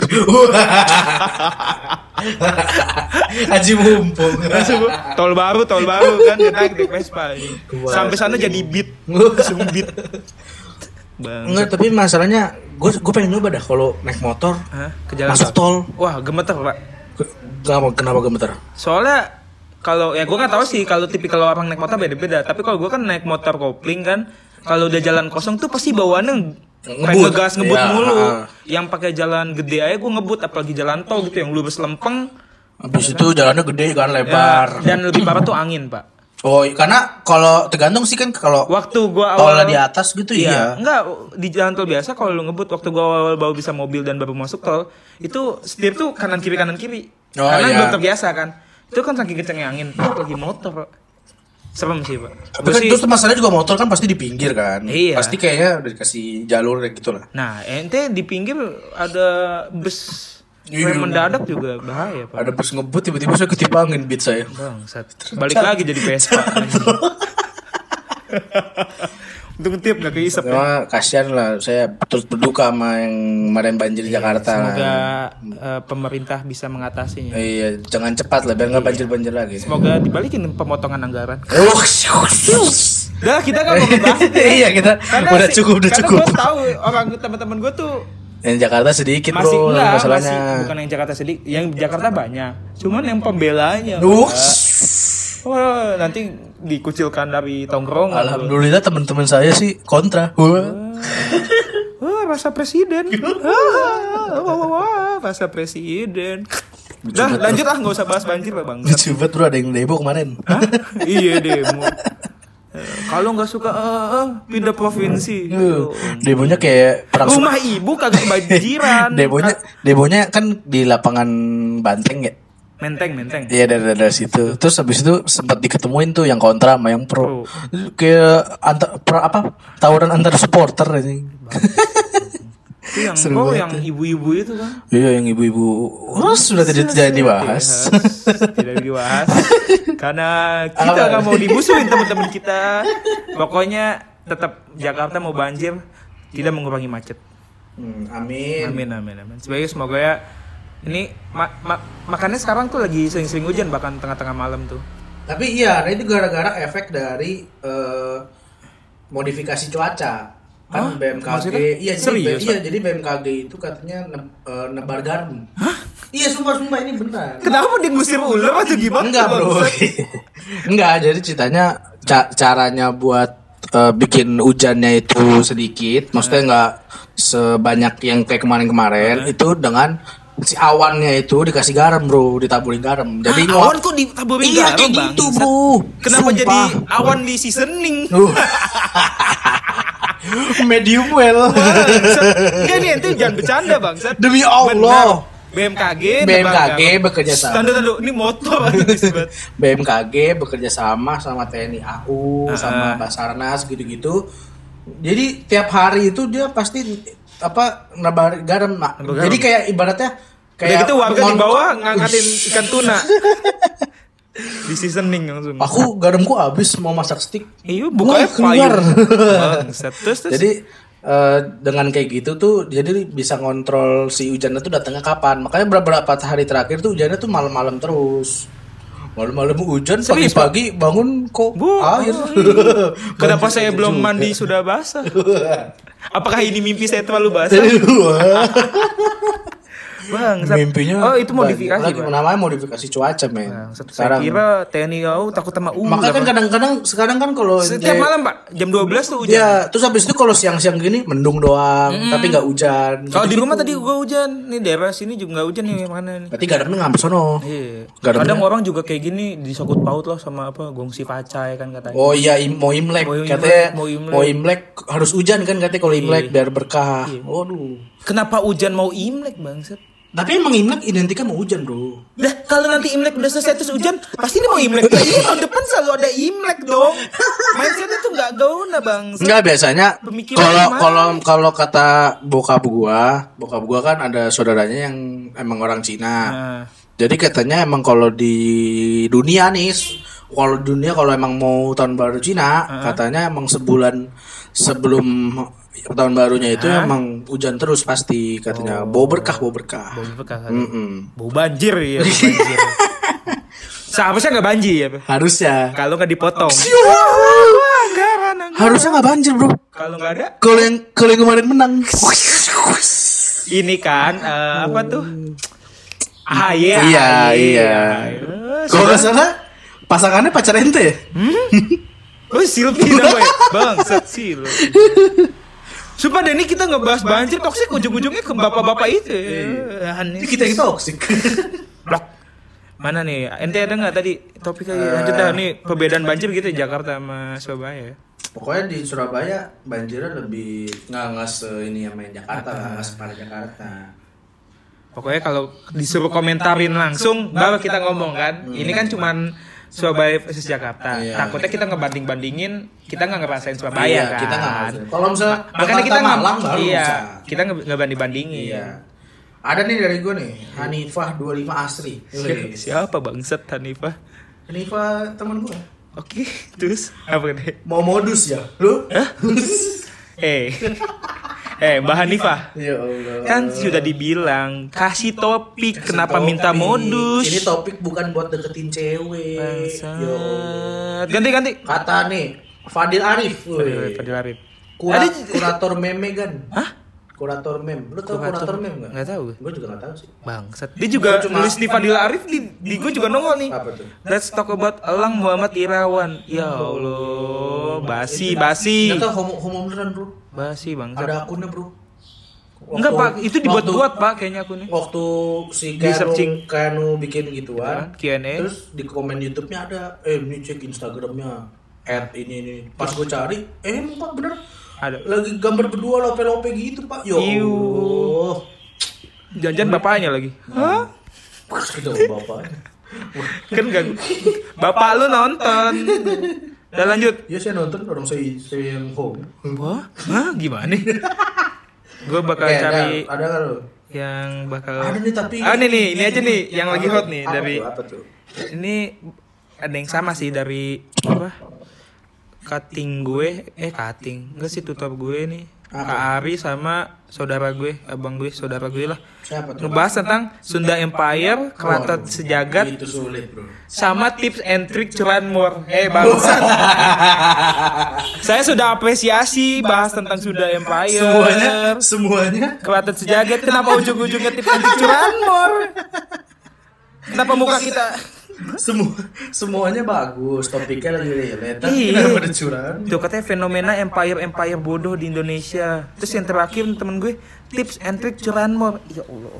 Speaker 1: Haji mumpung.
Speaker 2: Tol baru kan dia naik di Vespa. Sampai sana jadi beat. Sumbit.
Speaker 1: Enggak, tapi masalahnya gue pengen nyoba dah kalau naik motor
Speaker 2: ke jalan
Speaker 1: masuk tol.
Speaker 2: Wah, gemeter, Pak.
Speaker 1: Kenapa gemeter?
Speaker 2: Soalnya kalau ya gue nggak tahu sih kalau tipikal orang naik motor beda-beda. Tapi kalau gue kan naik motor kopling kan, kalau udah jalan kosong tuh pasti bawaannya ngebut mulu. Yang pakai jalan gede aja gue ngebut, apalagi jalan tol gitu yang lurus lempeng.
Speaker 1: Habis itu jalannya gede kan, lebar.
Speaker 2: Dan lebih parah tuh angin, Pak.
Speaker 1: Oh, karena kalau tergantung sih kan kalau
Speaker 2: waktu gua awal
Speaker 1: di atas gitu ya.
Speaker 2: Enggak, di jalan tol biasa kalau lu ngebut waktu gua awal baru bisa mobil dan baru masuk tol, itu setir tuh kanan kiri. Karena belum terbiasa kan. Itu kan saking kencengnya angin, apalagi motor. serem sih Pak.
Speaker 1: Tapi kan terus masalahnya juga motor kan pasti di pinggir kan.
Speaker 2: Iya.
Speaker 1: Pasti kayaknya udah dikasih jalur kayak gitu lah.
Speaker 2: Nah, ente di pinggir ada bus rem mendadak juga bahaya Pak.
Speaker 1: Ada bus ngebut tiba-tiba saya ketipangin beat saya.
Speaker 2: Bangsat. Balik lagi jadi Vespa. Untuk ngintip gak keisep ya.
Speaker 1: Cuma kasihan lah, saya terus berduka sama yang kemarin banjir di Jakarta.
Speaker 2: Semoga pemerintah bisa mengatasinya.
Speaker 1: Iya, jangan cepat lah biar nggak banjir-banjir lagi.
Speaker 2: Semoga dibalikin pemotongan anggaran.
Speaker 1: Udah
Speaker 2: kita kan mau ngebahas itu ya.
Speaker 1: Iya kita udah cukup.
Speaker 2: Karena gue tahu orang teman-teman gue tuh
Speaker 1: yang Jakarta sedikit
Speaker 2: masih
Speaker 1: bro,
Speaker 2: enggak,
Speaker 1: masalahnya.
Speaker 2: bukan yang Jakarta sedikit, yang Jakarta banyak. Cuman yang pembelanya. Oh, nanti dikucilkan dari tongkrongan.
Speaker 1: Alhamdulillah teman-teman saya sih kontra.
Speaker 2: Wah, rasa presiden. Rasa presiden. Udah lanjut nggak usah bahas banjir lah bang.
Speaker 1: Lucu banget bro, ada yang demo kemarin.
Speaker 2: Hah? Iya demo. Kalau nggak suka pindah provinsi.
Speaker 1: Demonya kayak perang
Speaker 2: rumah ibu kagak banjiran.
Speaker 1: Demonya kan di lapangan Banteng ya.
Speaker 2: Menteng.
Speaker 1: Iya dari situ. Terus habis itu sempat diketemuin tuh yang kontra sama yang pro. Kayak tawuran antar supporter ini.
Speaker 2: Itu yang pro yang ibu-ibu itu kan.
Speaker 1: Iya yang ibu-ibu. Sudah tidak dibahas.
Speaker 2: Tidak dibahas. Karena kita nggak mau dimusuhin teman-teman kita. Pokoknya tetap Jakarta mau banjir tidak mengurangi macet.
Speaker 1: Amin.
Speaker 2: Semoga ya. Ini makanya sekarang tuh lagi sering-sering hujan bahkan tengah-tengah malam tuh.
Speaker 1: Tapi iya, itu gara-gara efek dari modifikasi cuaca. Kan BMKG. Iya, jadi BMKG itu katanya nebar garam. Hah? Iya, sumpah ini benar.
Speaker 2: Kenapa dia ngusir ular atau gimana?
Speaker 1: Enggak, Bro. Enggak, jadi ceritanya caranya buat bikin hujannya itu sedikit, maksudnya enggak sebanyak yang kayak kemarin-kemarin, itu dengan si awannya itu dikasih garam bro, ditaburin garam. Jadi
Speaker 2: awan kok ditaburin garam? Iya
Speaker 1: kayak gitu bro.
Speaker 2: Kenapa sumpah. Jadi awan di seasoning?
Speaker 1: Medium well.
Speaker 2: Enggak nih, ente jangan bercanda bangsat.
Speaker 1: Demi Allah.
Speaker 2: BMKG
Speaker 1: bekerja sama.
Speaker 2: Tanda ini motor
Speaker 1: BMKG bekerja sama TNI AU, sama Basarnas gitu-gitu. Jadi tiap hari itu dia pasti nabar garam. Jadi kayak ibaratnya kayak
Speaker 2: gitu warga di bawah ngangkatin ikan tuna. Di seasoning langsung.
Speaker 1: Aku garamku habis mau masak steak.
Speaker 2: Iya, bukannya
Speaker 1: keluar.
Speaker 2: Terus.
Speaker 1: Jadi dengan kayak gitu tuh jadi bisa ngontrol si hujannya tuh datangnya kapan. Makanya beberapa hari terakhir tuh hujannya tuh malam-malam terus. Malam-malam hujan, pagi-pagi bangun kok air.
Speaker 2: Kenapa saya belum mandi sudah basah? Apakah ini mimpi saya terlalu basah? Bang,
Speaker 1: mimpinya
Speaker 2: itu modifikasi.
Speaker 1: Namanya modifikasi cuaca, men.
Speaker 2: Sekarang saya kira TNI AU takut sama ular.
Speaker 1: Makanya kan kadang-kadang sekarang kan kalau
Speaker 2: setiap malam, Pak, jam 12 tuh hujan.
Speaker 1: Iya, terus habis itu kalau siang-siang gini mendung doang, tapi enggak hujan.
Speaker 2: Kalau di rumah tadi gua hujan. Nih daerah sini juga enggak hujan nih mana nih.
Speaker 1: Berarti garamnya ngambil sono.
Speaker 2: Iya. Kadang orang juga kayak gini disangkut paut loh sama gongsi pacai kan katanya.
Speaker 1: Oh iya, mau Imlek katanya. Mau Imlek harus hujan kan katanya kalau Imlek biar berkah. Waduh.
Speaker 2: Kenapa hujan mau Imlek, Bangset?
Speaker 1: Tapi emang Imlek identiknya mau hujan bro.
Speaker 2: Dah kalau nanti Imlek udah selesai terus hujan, pasti ini mau Imlek. Iya tahun depan selalu ada Imlek dong. Mindsetnya tuh nggak gauna bang.
Speaker 1: Enggak biasanya. Kalau kata bokap gua kan ada saudaranya yang emang orang Cina. Jadi katanya emang kalau di dunia nih, kalau emang mau tahun baru Cina, katanya emang sebulan sebelum tahun barunya itu emang hujan terus pasti katanya. Bau berkah. Bau
Speaker 2: banjir ya. Seharusnya nggak banjir ya.
Speaker 1: Harusnya.
Speaker 2: Kalau nggak dipotong.
Speaker 1: Harusnya nggak banjir bro.
Speaker 2: Kalau nggak ada.
Speaker 1: Kalau yang kemarin menang.
Speaker 2: Ini kan apa tuh?
Speaker 1: Iya. Kalau nggak salah pasangannya pacar ente.
Speaker 2: Oh Silvi namanya. Bangsat Silvi. Sumpah deh, ini kita ngebahas banjir toksik ujung-ujungnya ke bapak-bapak itu.
Speaker 1: Aneh. Kita toksik.
Speaker 2: Blok. Mana nih? Ente ada nggak tadi topik lagi? Lanjut dah nih perbedaan banjir gitu Jakarta sama Surabaya.
Speaker 1: Pokoknya di Surabaya banjirnya lebih nggak ini sama Jakarta, nggak separah Jakarta.
Speaker 2: Pokoknya kalau disuruh komentarin langsung baru kita ngomong kan. Ini kan cuman Surabaya versus Jakarta.
Speaker 1: Iya.
Speaker 2: Takutnya kita ngebanding-bandingin, kita nggak ngerasain Surabaya
Speaker 1: Iya,
Speaker 2: kan.
Speaker 1: kita nggak ngerasain. Kalau misalnya
Speaker 2: makanya kita
Speaker 1: Malang baru
Speaker 2: iya,
Speaker 1: bisa.
Speaker 2: kita ngebanding-bandingin.
Speaker 1: Iya. Ada nih dari gue nih, Hanifah 25 Asri.
Speaker 2: Siapa bangsat Hanifah?
Speaker 1: Hanifah teman gue.
Speaker 2: Oke, terus apa deh?
Speaker 1: Mau modus ya? Lu?
Speaker 2: Mbak Hanifah.
Speaker 1: Ya Allah.
Speaker 2: Kan sudah dibilang kasih topik, kenapa
Speaker 1: Topik.
Speaker 2: minta modus?
Speaker 1: Ini topik bukan buat deketin cewek.
Speaker 2: Bangsat.
Speaker 1: Ya Allah.
Speaker 2: Ganti.
Speaker 1: Kata nih Fadil Arif.
Speaker 2: Fadil Arif.
Speaker 1: Kurator meme kan?
Speaker 2: Hah?
Speaker 1: Kurator meme. Lu tau kurator meme enggak?
Speaker 2: Nggak tahu.
Speaker 1: Gue juga enggak tahu sih.
Speaker 2: Bangsat. Dia juga
Speaker 1: Cuma-
Speaker 2: nulis di Fadil Arif di gue juga nongol nih.
Speaker 1: Apa tuh?
Speaker 2: Let's talk about Elang Muhammad Irawan. Ya Allah, basi.
Speaker 1: Ternyata homo beneran, Bro.
Speaker 2: Basi bangsat.
Speaker 1: Ada akunnya, Bro.
Speaker 2: Enggak, Pak, itu dibuat-buat, Pak, kayaknya akunnya.
Speaker 1: Waktu si
Speaker 2: Di searching.
Speaker 1: Kanu bikin gituan,
Speaker 2: Q&A.
Speaker 1: terus di komen YouTube-nya ada, ini cek Instagramnya, ini. Pas gue cari, Pak bener,
Speaker 2: Ada.
Speaker 1: lagi gambar berdua lope-lope gitu, Pak. Yo,
Speaker 2: Iu. Jangan bapaknya lagi. Hah?
Speaker 1: pas kita bapaknya.
Speaker 2: Kan enggak. Bapak lu nonton. Udah lanjut.
Speaker 1: Ya saya nonton orang saya yang home.
Speaker 2: Wah, hah, gimana? Gue bakal
Speaker 1: Oke,
Speaker 2: cari
Speaker 1: ada kan lo?
Speaker 2: yang bakal.
Speaker 1: Ada nih tapi.
Speaker 2: Ah, ini aja nih yang lagi hot nih
Speaker 1: Apa
Speaker 2: dari.
Speaker 1: tuh, apa tuh?
Speaker 2: Ini ada yang sama sih dari apa? Cutting gue, cutting. Enggak sih tutor gue nih.
Speaker 1: Apa?
Speaker 2: Kak Ari sama saudara gue, abang gue, saudara gue lah.
Speaker 1: Siapa tuh?
Speaker 2: Ngebahas tentang Sunda Empire, Keraton
Speaker 1: Waduh,
Speaker 2: Sejagat,
Speaker 1: Itu sulit, Bro.
Speaker 2: sama tips and trick curanmor. Bangsa. Saya sudah apresiasi bahas tentang Sunda Empire.
Speaker 1: Semuanya
Speaker 2: Keraton Sejagat, kenapa ujung-ujungnya tips and trick curanmor? Kenapa muka kita
Speaker 1: semuanya bagus, topiknya lagi relate.
Speaker 2: Iya.
Speaker 1: Kenapa ada curang?
Speaker 2: Tuh katanya fenomena empire bodoh di Indonesia. Terus yang terakhir temen gue tips and trick curanmor. Ya Allah.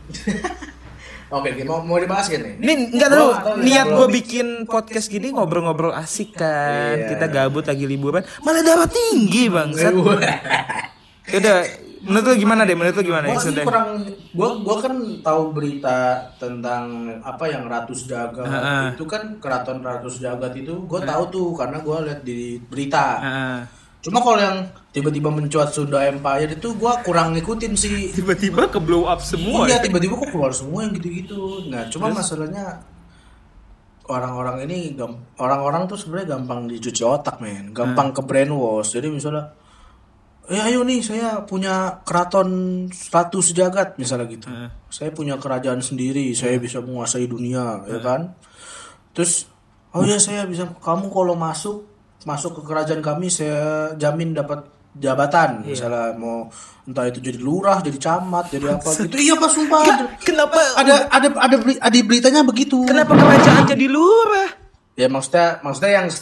Speaker 1: Oke, mau dibahas kan nih?
Speaker 2: Ini enggak tahu niat
Speaker 1: belum.
Speaker 2: gue bikin podcast gini ngobrol-ngobrol asik kan.
Speaker 1: Iya.
Speaker 2: Kita gabut lagi liburan, malah darah tinggi bangsat. Yaudah, menurut lu gimana deh? Menurut lu gimana?
Speaker 1: Gua
Speaker 2: Yang
Speaker 1: sih
Speaker 2: sudah.
Speaker 1: kurang, gua kan tahu berita tentang apa yang Ratu Sejagat itu kan keraton Ratu Sejagat itu gua tahu tuh karena gua lihat di berita.
Speaker 2: Heeh.
Speaker 1: Cuma kalau yang tiba-tiba mencuat Sunda Empire itu gua kurang ngikutin sih.
Speaker 2: Tiba-tiba ke blow up semua.
Speaker 1: Iya, tiba-tiba kok keluar semua yang gitu-gitu. Nah, cuma masalahnya orang-orang ini orang-orang tuh sebenarnya gampang dicuci otak, men. Gampang ke brainwash. Jadi misalnya ayo nih saya punya keraton Ratu Sejagat misalnya gitu. Saya punya kerajaan sendiri, saya bisa menguasai dunia, ya kan? Terus oh ya saya bisa, kamu kalau masuk ke kerajaan kami saya jamin dapat jabatan. Misalnya mau entah itu jadi lurah, jadi camat, jadi apa gitu. Iya, Pak, sumpah.
Speaker 2: Kenapa
Speaker 1: Ada beritanya begitu.
Speaker 2: kenapa kerajaan jadi lurah?
Speaker 1: Ya maksudnya yang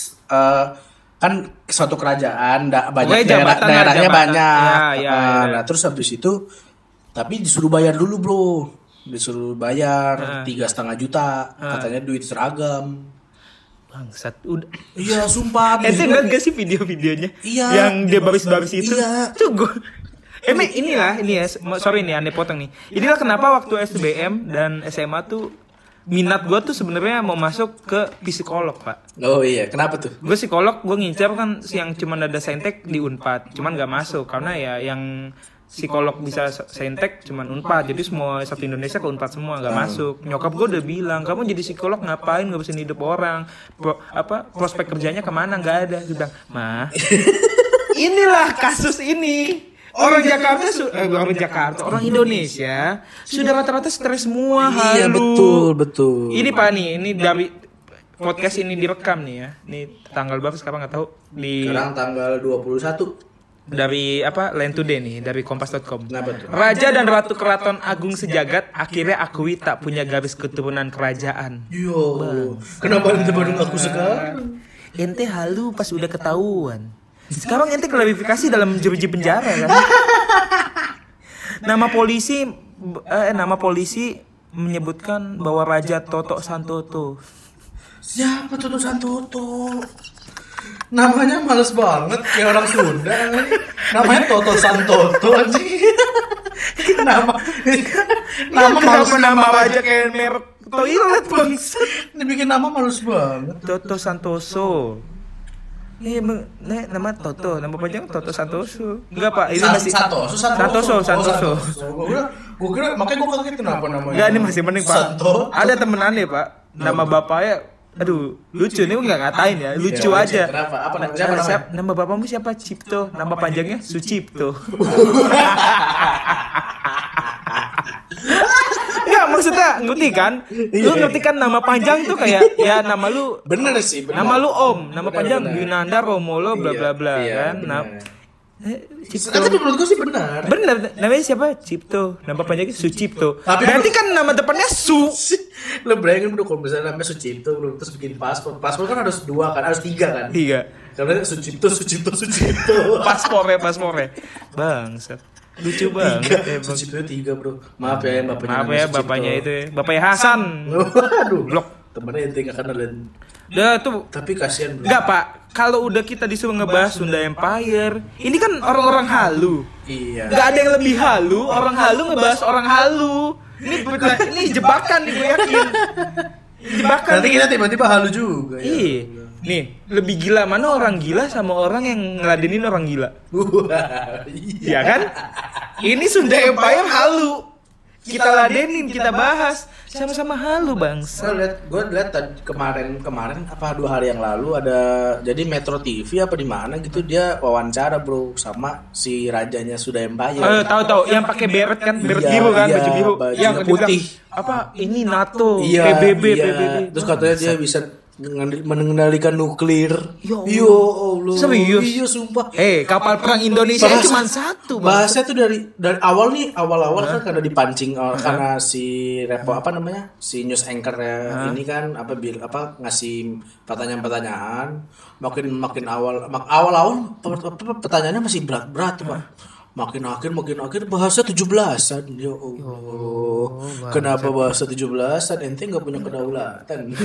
Speaker 1: kan suatu kerajaan banyak
Speaker 2: Pokoknya jabatan lah,
Speaker 1: daerahnya
Speaker 2: jabatan.
Speaker 1: banyak.
Speaker 2: Ya.
Speaker 1: Nah, terus habis itu tapi disuruh bayar dulu, Bro. Disuruh bayar 3,5 juta. Katanya duit seragam.
Speaker 2: Bangsat, udah.
Speaker 1: Iya, sumpah.
Speaker 2: Ente ngeliat gak sih video-videonya?
Speaker 1: Iya.
Speaker 2: Yang dia baris-baris itu?
Speaker 1: Iya.
Speaker 2: Tuh gue. Ini ya, sorry nih aneh potong nih. Inilah kenapa waktu SBM dan SMA tuh minat gue tuh sebenarnya mau masuk ke psikolog, Pak.
Speaker 1: Oh iya, kenapa tuh?
Speaker 2: Gue psikolog, gue ngincar kan yang cuman ada saintek di Unpad, cuman gak masuk karena ya yang psikolog bisa saintek cuman Unpad, jadi semua satu Indonesia ke Unpad semua gak masuk. Nyokap gue udah bilang, kamu jadi psikolog ngapain, gak bisa hidup orang, prospek kerjanya kemana, gak ada. Gue bilang, mah inilah kasus ini. Orang Jakarta, orang Indonesia sudah rata-rata stres semua.
Speaker 1: Iya, betul.
Speaker 2: Ini Pak nih, ini dari podcast ini direkam nih ya. Ini tanggal berapa sekarang nggak tahu.
Speaker 1: Sekarang tanggal 21.
Speaker 2: Dari apa? Line Today nih, dari kompas.com.
Speaker 1: Kenapa tuh?
Speaker 2: Raja dan Ratu Keraton Agung Sejagat akhirnya akui tak punya garis keturunan kerajaan.
Speaker 1: Yo, kenapa ente baru ngaku sekarang?
Speaker 2: Ente halu pas udah ketahuan. Sekarang ente klarifikasi dalam jeruji penjara kan. Nama polisi menyebutkan bahwa Raja Toto Santoto.
Speaker 1: Siapa Toto Santoto? Namanya males banget kayak orang Sunda. Namanya Toto Santoto anjing. Nama
Speaker 2: Kenapa
Speaker 1: males
Speaker 2: nama raja kayak merek toilet bangsa.
Speaker 1: Dibikin nama malus banget.
Speaker 2: Toto Santoso. Nama Toto, nama panjang Toto Santoso. Enggak Pak, ini masih Santoso.
Speaker 1: Gue kira makanya gue kaget kenapa namanya.
Speaker 2: Enggak, ini masih mending Pak. Ada temen aneh Pak, nama bapaknya, aduh lucu nih, nggak ngatain ya, lucu aja.
Speaker 1: Kenapa? Apa namanya?
Speaker 2: Nama bapakmu siapa? Cipto. Nama panjangnya Sucipto. Enggak, maksudnya ngerti kan? Lu ngerti kan nama panjang tuh kayak ya nama lu.
Speaker 1: Bener sih.
Speaker 2: Nama lu Om, nama panjang Yunanda Romolo bla bla bla kan.
Speaker 1: Cipto. Tapi menurut gue sih benar.
Speaker 2: Bener, namanya siapa? Cipto. Nama panjangnya Sucipto. Berarti kan nama depannya Su.
Speaker 1: Lo bayangin bro, kalau misalnya namanya Sucipto, terus bikin paspor. Paspor kan harus 2 kan, harus 3 kan?
Speaker 2: 3.
Speaker 1: Karena Sucipto.
Speaker 2: Paspornya. Bangsat. Lucu banget.
Speaker 1: Sucipto 3 bro. Maaf ya
Speaker 2: bapaknya itu ya. Bapaknya Hasan.
Speaker 1: Aduh.
Speaker 2: Blok.
Speaker 1: Temennya ente gak kenal dan.
Speaker 2: Udah tuh.
Speaker 1: Tapi kasihan bro.
Speaker 2: Enggak Pak. Kalau udah kita disuruh ngebahas Sunda Empire, ini kan orang-orang halu.
Speaker 1: Iya.
Speaker 2: Gak ada yang lebih halu, orang halu ngebahas orang halu. Ini jebakan nih, gue yakin. Jebakan.
Speaker 1: Nanti kita tiba-tiba halu juga.
Speaker 2: Iya. Nih, lebih gila mana orang gila sama orang yang ngeladenin orang gila? Iya kan? Ini Sunda Empire halu. Kita ladenin, kita bahas, sama-sama halu bangsa.
Speaker 1: Gue lihat kemarin apa 2 hari yang lalu ada jadi Metro TV apa di mana gitu, dia wawancara bro sama si rajanya Sunda Empire.
Speaker 2: Tahu yang pakai beret kan, beret biru kan, baju biru, yang
Speaker 1: putih.
Speaker 2: Apa ini NATO,
Speaker 1: iya,
Speaker 2: PBB.
Speaker 1: Terus katanya dia bisa mengendalikan nuklir.
Speaker 2: Yo Allah. Serius?
Speaker 1: Iya sumpah.
Speaker 2: Kapal perang Indonesia cuma 1.
Speaker 1: Bahasnya tuh dari awal kan karena dipancing karena si si news anchor ya ini kan ngasih pertanyaan makin awal pertanyaannya masih berat Pak. Makin akhir bahasa 17-an. Ya Allah. Kenapa bahasa 17-an? Ente enggak punya kedaulatan.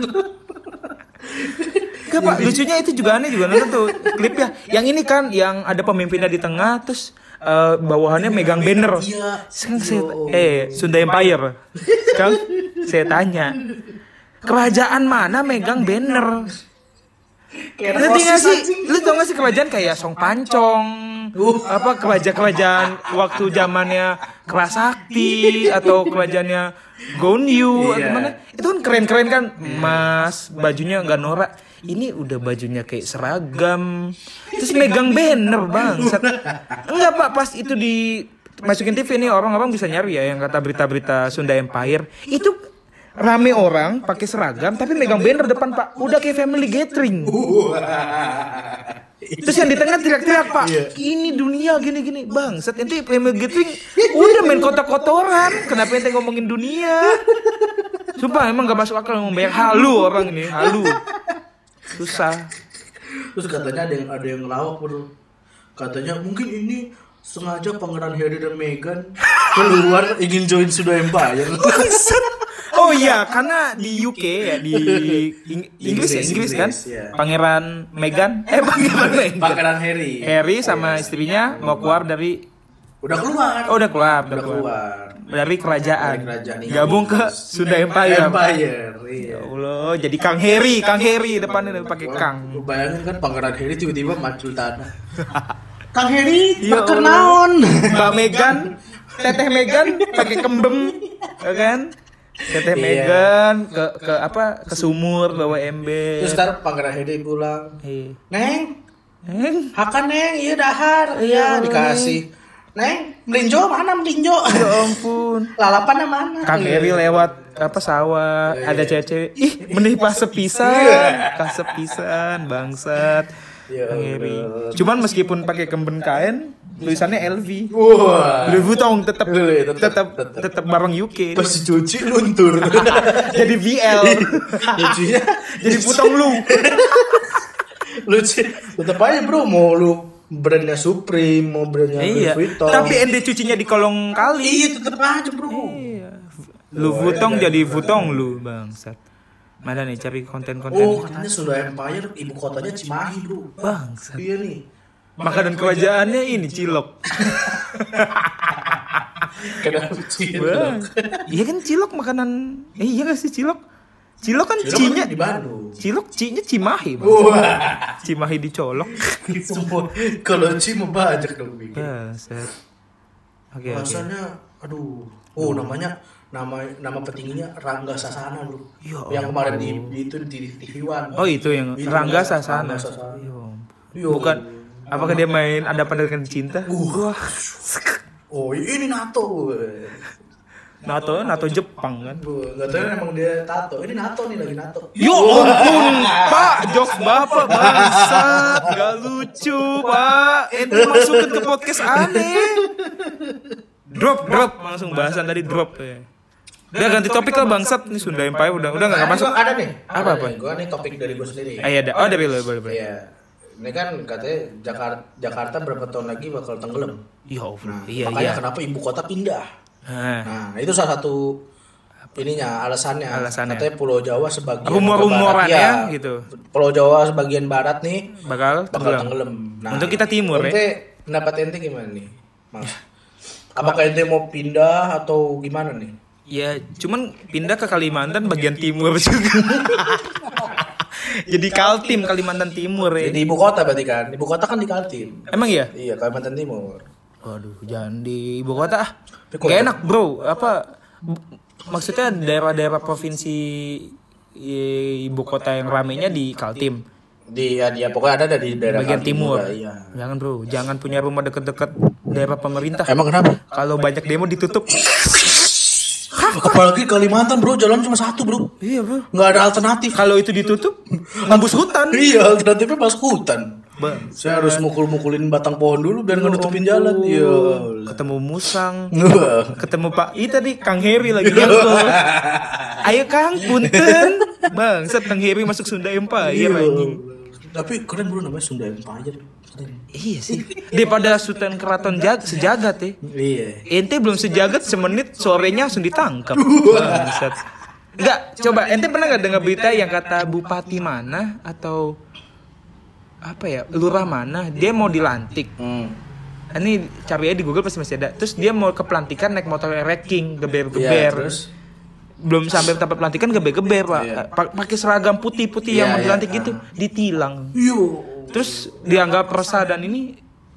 Speaker 2: Gak Pak, lucunya itu juga aneh juga nonton tuh klipnya. Yang ini kan yang ada pemimpinnya di tengah terus bawahannya megang banner. Sekarang Sunda Empire. Sekarang saya tanya, kerajaan mana megang banner? Ngerti gak sih? Lu tau gak sih kerajaan kayak Song Pancong, kerajaan waktu zamannya Kerasakti atau kerajaannya Gonyu atau mana? Itu kan keren-keren kan, emas, bajunya nggak norak. Ini udah bajunya kayak seragam, terus megang banner bangsat. Enggak Pak, pas itu dimasukin TV nih orang-orang bisa nyari ya yang kata berita-berita Sunda Empire itu. Rame orang pakai seragam tapi megang banner depan Pak. Udah kayak family gathering. Terus yang di tengah teriak-teriak Pak, ini dunia gini-gini. Bangsat, ente family gathering udah main kotor-kotoran. Kenapa ente ngomongin dunia? Sumpah emang gak masuk akal ngomong banyak halu orang ini, halu. Susah.
Speaker 1: Terus katanya ada yang ngelawak bro. Katanya mungkin ini sengaja Pangeran Harry dan Meghan keluar ingin join Sunda Empire.
Speaker 2: Oh iya, karena di UK ya, di Inggris kan, ya. Pangeran Meghan,
Speaker 1: Pangeran Harry
Speaker 2: sama istrinya mau keluar dari,
Speaker 1: udah keluar
Speaker 2: dari kerajaan. Gabung ke Sunda Empire.
Speaker 1: Iya.
Speaker 2: Ya Allah, jadi Kang Harry depannya pakai Kang.
Speaker 1: Bayangin kan Pangeran Harry tiba-tiba macul tanah. Kang Harry, perkenalan.
Speaker 2: Mbak Meghan, Teteh Meghan pakai kembem, ya kan? Teteh Meghan ke sumur bawa ember.
Speaker 1: Terus ntar Pangeran Harry pulang. Neng, Hakan Neng, iya dahar, iya dikasih. Neng, melinjo mana melinjo?
Speaker 2: Ya ampun.
Speaker 1: Lalapannya mana?
Speaker 2: Kang Harry lewat sawah, ada cewek-cewek. Ih, menipah sepisan, kasepisan, bangsat. Kang Harry. Cuman meskipun pakai kemben kain, tulisannya LV. Louis Vuitton tetap barang UK.
Speaker 1: Pas dicuci luntur.
Speaker 2: Jadi VL.
Speaker 1: Cucinya
Speaker 2: jadi Vuitton lu.
Speaker 1: Lucu. Tetap aja bro, mau lu brandnya Supreme, mau brandnya Louis Vuitton.
Speaker 2: Tapi ende cucinya di kolong kali.
Speaker 1: Iya, tetap aja bro.
Speaker 2: Iya. Louis Vuitton jadi Vuitton lu, bangsat. Mana nih cari konten-konten.
Speaker 1: Katanya Sunda Empire ibu kotanya Cimahi bro.
Speaker 2: Bangsat.
Speaker 1: Iya nih.
Speaker 2: Makanan kerajaannya ini cilok.
Speaker 1: Kenapa cilok?
Speaker 2: Iya kan cilok makanan. Iya gak sih cilok? Cilok kan cinya
Speaker 1: di Bandung.
Speaker 2: Cilok cinya Cimahi, Bang. Cimahi dicolok.
Speaker 1: Semua kalau ci mau banyak kalau bikin.
Speaker 2: Set. Oke.
Speaker 1: Rasanya aduh. Oh, nama petingginya Rangga Sasana, Bro. Yang kemarin di TV One.
Speaker 2: Oh, itu yang Rangga Sasana. Bukan apakah dia main Ada Pandangan Cinta? Wah.
Speaker 1: Oh, ini NATO.
Speaker 2: NATO Jepang kan.
Speaker 1: Enggak tahu emang dia tato. Ini NATO nih lagi NATO.
Speaker 2: Yo ampun, Pak, jokes Bapak bangsat, gak lucu, Pak. Ente masukin ke podcast aneh. Drop, langsung bahasan tadi drop ya. Udah ganti topik lah bangsat, ini Sunda Empire udah enggak masuk.
Speaker 1: Ada nih.
Speaker 2: Apa?
Speaker 1: Gua nih topik dari gua sendiri.
Speaker 2: Iya ada. Oh, dari lo boleh.
Speaker 1: Iya. Ini kan katanya Jakarta berapa tahun lagi bakal tenggelam. Makanya kenapa ibu kota pindah? Nah, itu salah satu alasannya. Katanya Pulau Jawa sebagian
Speaker 2: rumor-rumoran ya gitu.
Speaker 1: Pulau Jawa sebagian barat nih
Speaker 2: bakal tenggelam.
Speaker 1: Nah,
Speaker 2: untuk kita timur
Speaker 1: pendapat ente gimana nih, Mas? Apakah ente mau pindah atau gimana nih?
Speaker 2: Ya, cuman pindah ke Kalimantan bagian timur juga. Jadi Kaltim Kalimantan Timur ya.
Speaker 1: Jadi ibu kota berarti kan? Ibu kota kan di Kaltim.
Speaker 2: Emang iya?
Speaker 1: Iya, Kalimantan Timur.
Speaker 2: Waduh, jangan di ibu kota ah. Gak enak, Bro. Maksudnya daerah-daerah provinsi ibu kota yang ramenya di Kaltim.
Speaker 1: Dia pokoknya ada di daerah
Speaker 2: bagian
Speaker 1: Kaltim
Speaker 2: timur.
Speaker 1: Juga, iya.
Speaker 2: Jangan, Bro. Jangan punya rumah deket-deket daerah pemerintah.
Speaker 1: Emang kenapa?
Speaker 2: Kalau banyak demo ditutup.
Speaker 1: Apalagi Kalimantan, Bro, jalan cuma satu, Bro.
Speaker 2: Iya, Bro.
Speaker 1: Nggak ada alternatif.
Speaker 2: Kalau itu ditutup, hembus hutan.
Speaker 1: Iya, alternatifnya masuk hutan. Saya harus mukul-mukulin batang pohon dulu biar nutupin jalan. Iya.
Speaker 2: Ketemu musang. Ketemu Pak tadi Kang Heri lagi nyangkul. Ayo Kang, punten. Bang, Kang Heri masuk Sunda Empire anjing.
Speaker 1: Tapi keren, Bro, namanya Sunda Empire.
Speaker 2: Iya sih. Daripada Sultan Keraton sejagat ya.
Speaker 1: Iya.
Speaker 2: Ente belum sejagat semenit sorenya langsung ditangkap. Bangsat. Enggak, coba ente pernah enggak dengar berita yang kata bupati mana atau apa ya, lurah mana dia mau dilantik. Ini cari aja di Google pasti masih ada. Terus dia mau ke pelantikan naik motor wrecking, geber-geber. Terus belum sampai tempat pelantikan geber-geber, Pak. Iya. Pakai seragam putih-putih yang mau dilantik gitu, ditilang. Terus dianggap resah dan ini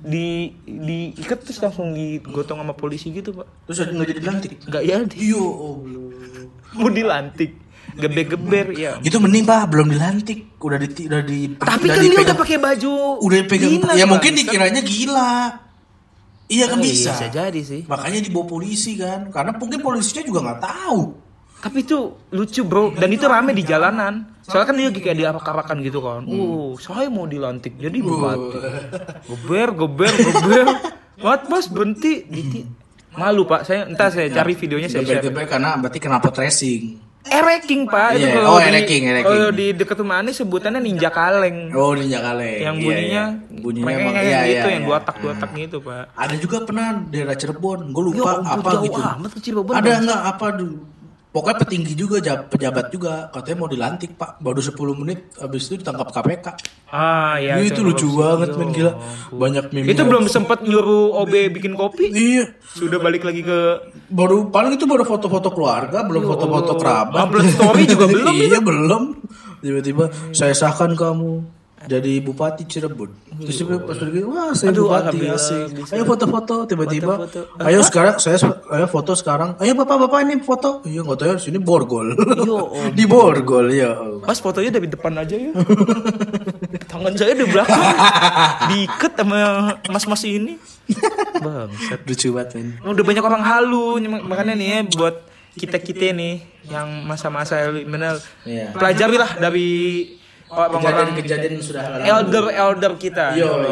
Speaker 2: diikat terus langsung digotong sama polisi gitu, Pak.
Speaker 1: Terus enggak jadi dilantik?
Speaker 2: Enggak jadi. Mau dilantik. Geber-geber ya.
Speaker 1: Itu mending, Pak, belum dilantik, udah
Speaker 2: tapi kan dia udah pakai baju.
Speaker 1: Udah pegang. Ya mungkin dikiranya gila. Iya kan bisa.
Speaker 2: Bisa jadi sih.
Speaker 1: Makanya dibawa polisi kan, karena mungkin polisinya juga nggak tahu.
Speaker 2: Tapi itu lucu, Bro, dan itu rame di jalanan. Soalnya kan dia kayak diarak-arakan gitu kan. Saya mau dilantik jadi bupati. Geber. Mas berhenti. Malu, Pak. Saya cari videonya saya share.
Speaker 1: Geber karena berarti kenapa tracing.
Speaker 2: Ereking, Pak.
Speaker 1: Itu ereking.
Speaker 2: Kalau di dekat rumah Anies sebutannya ninja kaleng.
Speaker 1: Oh, ninja kaleng.
Speaker 2: Yang bunyinya gitu, yang dua tak gitu, Pak.
Speaker 1: Ada juga pernah daerah Cirebon, gue lupa apa gitu. Ada enggak apa dulu? Pokoknya petinggi juga, pejabat juga, katanya mau dilantik, Pak. Baru 10 menit habis itu ditangkap KPK.
Speaker 2: Iya.
Speaker 1: Itu lucu banget, men, gila. Banyak meme.
Speaker 2: Itu belum sempat nyuruh OB bikin kopi.
Speaker 1: Iya.
Speaker 2: Sudah balik lagi ke
Speaker 1: paling itu baru foto-foto keluarga, belum foto-foto kerabat.
Speaker 2: Upload story juga belum.
Speaker 1: Iya, belum. Tiba-tiba saya sahkan kamu jadi bupati Cirebon. Terus pas pergi, wah saya bupati asik. Ayo foto-foto, tiba-tiba. Ayo sekarang ayo foto sekarang. Ayo bapak ini foto. Iya nggak tahu ya, sini borgol. Di borgol ya.
Speaker 2: Mas fotonya dari depan aja ya. Tangan saya di belakang. Diikat sama mas-mas ini. Bangsat.
Speaker 1: Lucu banget, men.
Speaker 2: Udah banyak orang halu, makanya nih ya buat kita nih yang masa-masa kriminal. Pelajarilah dari kejadian sudah elder kita.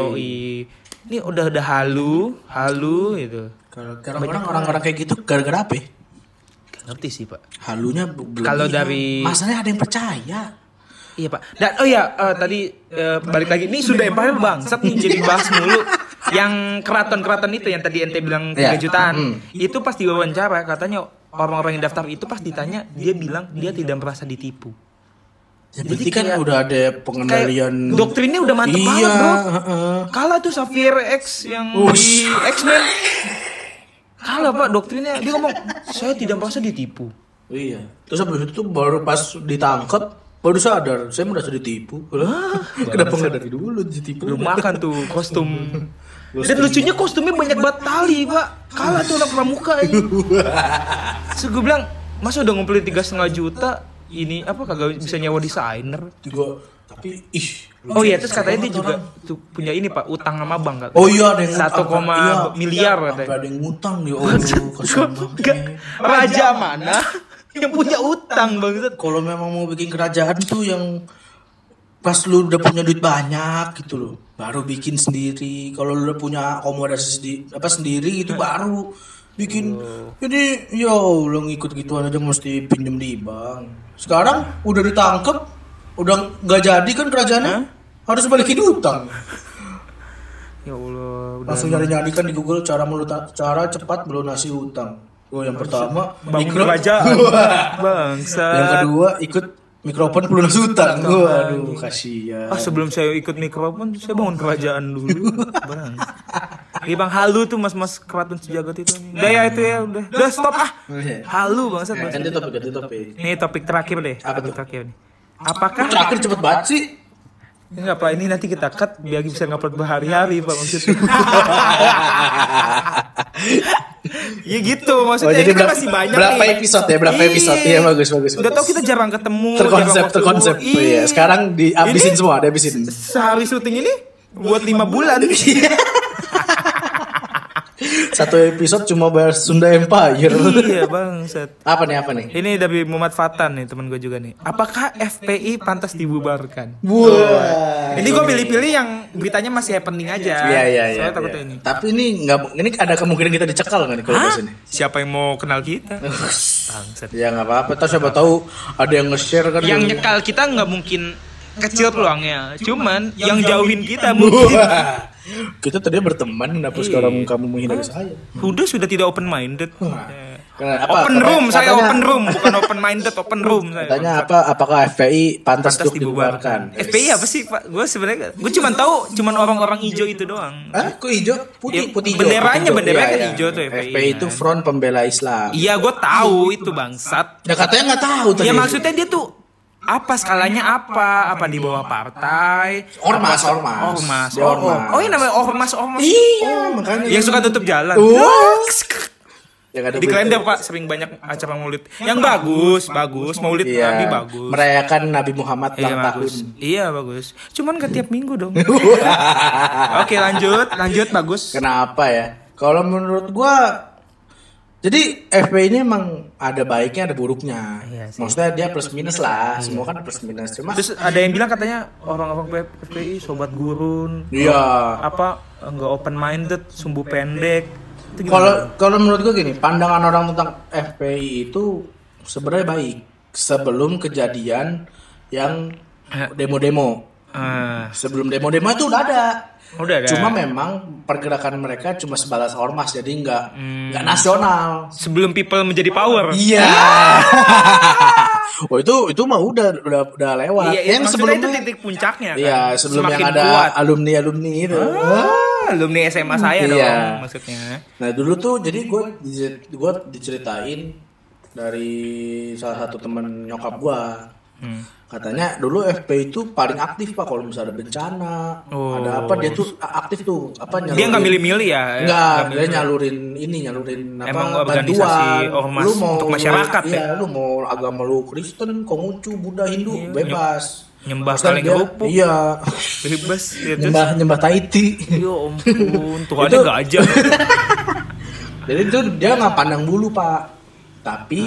Speaker 2: Ini udah halu itu.
Speaker 1: Kalau orang-orang kayak gitu gara-gara apa?
Speaker 2: Gak ngerti sih, Pak.
Speaker 1: Halunya
Speaker 2: kalau dari
Speaker 1: masalahnya ada yang percaya.
Speaker 2: Iya, Pak. Dan tadi balik lagi nih sudah Empire bangsat nih jadi bahas mulu. Yang keraton itu yang tadi ente bilang 3 jutaan. Itu pas diwawancara katanya orang-orang yang daftar itu pas ditanya dia bilang dia tidak merasa ditipu.
Speaker 1: Ya, jadi kan udah ada pengendalian.
Speaker 2: Doktrinnya udah mantep banget, Bro. Kalah tuh Xavier X yang di X-Men. Kalah Pak doktrinnya. Dia ngomong, saya tidak merasa ditipu.
Speaker 1: Iya. Terus habis itu tuh baru pas ditangkap baru sadar, saya merasa ditipu. Kenapa nggak dari dulu ditipu?
Speaker 2: Belum makan tuh kostum. Dan lucunya kostumnya banyak banget tali Pak. Kalah tuh anak pramuka ini. Terus gue bilang, masa udah ngumpulin 3,5 juta, ini apa kagak bisa nyewa desainer?
Speaker 1: Juga, tapi
Speaker 2: Oh iya, terus katanya dia juga tuh punya ini Pak, utang sama bank kan?
Speaker 1: Oh iya, ada yang
Speaker 2: 1, miliar katanya.
Speaker 1: Ada yang ngutang ya Allah, kasihan banget.
Speaker 2: Raja mana yang punya utang banget?
Speaker 1: Kalau memang mau bikin kerajaan tuh yang pas lu udah punya duit banyak gitu loh, baru bikin sendiri. Kalau lu udah punya akomodasi sendiri gitu baru bikin. Jadi yo lu ngikut gituan aja mesti pinjem di bank. Sekarang udah ditangkep, udah nggak jadi kan kerajaannya, harus balikin utang.
Speaker 2: Ya Allah,
Speaker 1: Langsung nyari kan di Google cara cepat melunasi utang. Oh yang pertama
Speaker 2: bangun kerajaan. Bangsa.
Speaker 1: Yang kedua ikut mikrofon pelunas utang. Waduh kasihan.
Speaker 2: Sebelum saya ikut mikrofon saya bangun kerajaan dulu. Bang. Ini Bang Halu tuh mas-mas keraton sejagat itu. Udah ya itu ya udah. Udah stop Halu bangsat.
Speaker 1: Ganti topik.
Speaker 2: Ini topik terakhir deh.
Speaker 1: Apa tuh?
Speaker 2: Terakhir nih. Apakah
Speaker 1: Terakhir cepet banget sih.
Speaker 2: Enggak Pak, ini nanti kita cut biar bisa ngupload berhari-hari Pak maksudnya. Ya gitu maksudnya.
Speaker 1: Jadi
Speaker 2: kan masih banyak
Speaker 1: berapa
Speaker 2: nih.
Speaker 1: episode ya? Episode ya bagus.
Speaker 2: Udah tau kita jarang ketemu.
Speaker 1: Terkonsep. Iya. Sekarang dihabisin semua, dihabisin.
Speaker 2: Sehari syuting ini buat 5 bulan.
Speaker 1: Satu episode cuma bahas Sunda Empire.
Speaker 2: Iya bangsat.
Speaker 1: Apa nih?
Speaker 2: Ini dari Muhammad Fatan nih teman gue juga nih. Apakah FPI pantas dibubarkan?
Speaker 1: Wah.
Speaker 2: Ini gue pilih-pilih yang beritanya masih happening aja.
Speaker 1: Iya.
Speaker 2: Soalnya takutnya ini.
Speaker 1: Tapi ini ada kemungkinan kita dicekal nggak nih kalau bahas ini?
Speaker 2: Siapa yang mau kenal kita? Bangsat.
Speaker 1: Ya nggak apa-apa. Terus siapa tahu ada yang nge-share kan?
Speaker 2: Yang nyekal kita nggak mungkin kecil peluangnya. Cuman yang jauhin kita mungkin.
Speaker 1: Kita tadinya berteman, kenapa sekarang kamu menghina saya?
Speaker 2: Sudah tidak open minded.
Speaker 1: Open
Speaker 2: room, bukan open minded, open room saya.
Speaker 1: Katanya apakah FPI pantas untuk dibubarkan?
Speaker 2: FPI apa sih Pak? Gue sebenarnya cuman orang-orang hijau itu doang.
Speaker 1: Kok hijau? Putih hijau.
Speaker 2: Benderanya kan hijau tuh FPI.
Speaker 1: FPI itu Front Pembela Islam.
Speaker 2: Iya, gue tahu itu bangsat.
Speaker 1: Ya katanya nggak tahu tadi.
Speaker 2: Ya maksudnya dia tuh apa skalanya apa di bawah partai
Speaker 1: ormas.
Speaker 2: Oh ini namanya ormas.
Speaker 1: Iya makanya
Speaker 2: yang suka tutup jalan. Di kalender Pak sering banyak acara maulid yang bagus maulid Nabi bagus,
Speaker 1: merayakan Nabi Muhammad ulang tahun.
Speaker 2: Iya bagus, cuman gak tiap minggu dong. Oke lanjut bagus.
Speaker 1: Kenapa ya? Kalau menurut gua jadi FPI ini emang ada baiknya ada buruknya.
Speaker 2: Iya
Speaker 1: maksudnya dia plus minus lah. Semua kan plus minus. Cuma
Speaker 2: terus ada yang bilang katanya orang-orang FPI sobat gurun.
Speaker 1: Iya.
Speaker 2: Enggak open minded, sumbu pendek.
Speaker 1: Kalau menurut gue gini, pandangan orang tentang FPI itu sebenarnya baik sebelum kejadian yang demo-demo. Sebelum demo-demo itu udah ada. Cuma memang pergerakan mereka cuma sebalas ormas, jadi nggak nasional.
Speaker 2: Sebelum people menjadi power.
Speaker 1: Iya. Oh itu mah udah lewat.
Speaker 2: Iya, yang sebelumnya itu titik puncaknya.
Speaker 1: Iya,
Speaker 2: kan?
Speaker 1: sebelum
Speaker 2: Semakin
Speaker 1: yang ada
Speaker 2: kuat.
Speaker 1: alumni itu.
Speaker 2: Alumni SMA saya dong maksudnya.
Speaker 1: Nah dulu tuh jadi gue diceritain dari salah satu teman nyokap gue. Katanya dulu FPI itu paling aktif Pak kalau misalnya ada bencana, ada apa dia tuh aktif tuh nyalurin.
Speaker 2: Dia nggak milih-milih ya?
Speaker 1: Enggak, dia nyalurin
Speaker 2: organisasi ormas untuk masyarakat
Speaker 1: ya. Lu mau agama lu Kristen, Konghucu, Buddha, Hindu bebas.
Speaker 2: Nyembah kaleng kerupuk.
Speaker 1: Iya.
Speaker 2: Bebas.
Speaker 1: Nyembah Tahiti.
Speaker 2: Ya ampun, Tuhannya nggak aja.
Speaker 1: Jadi itu dia nggak pandang bulu Pak. Tapi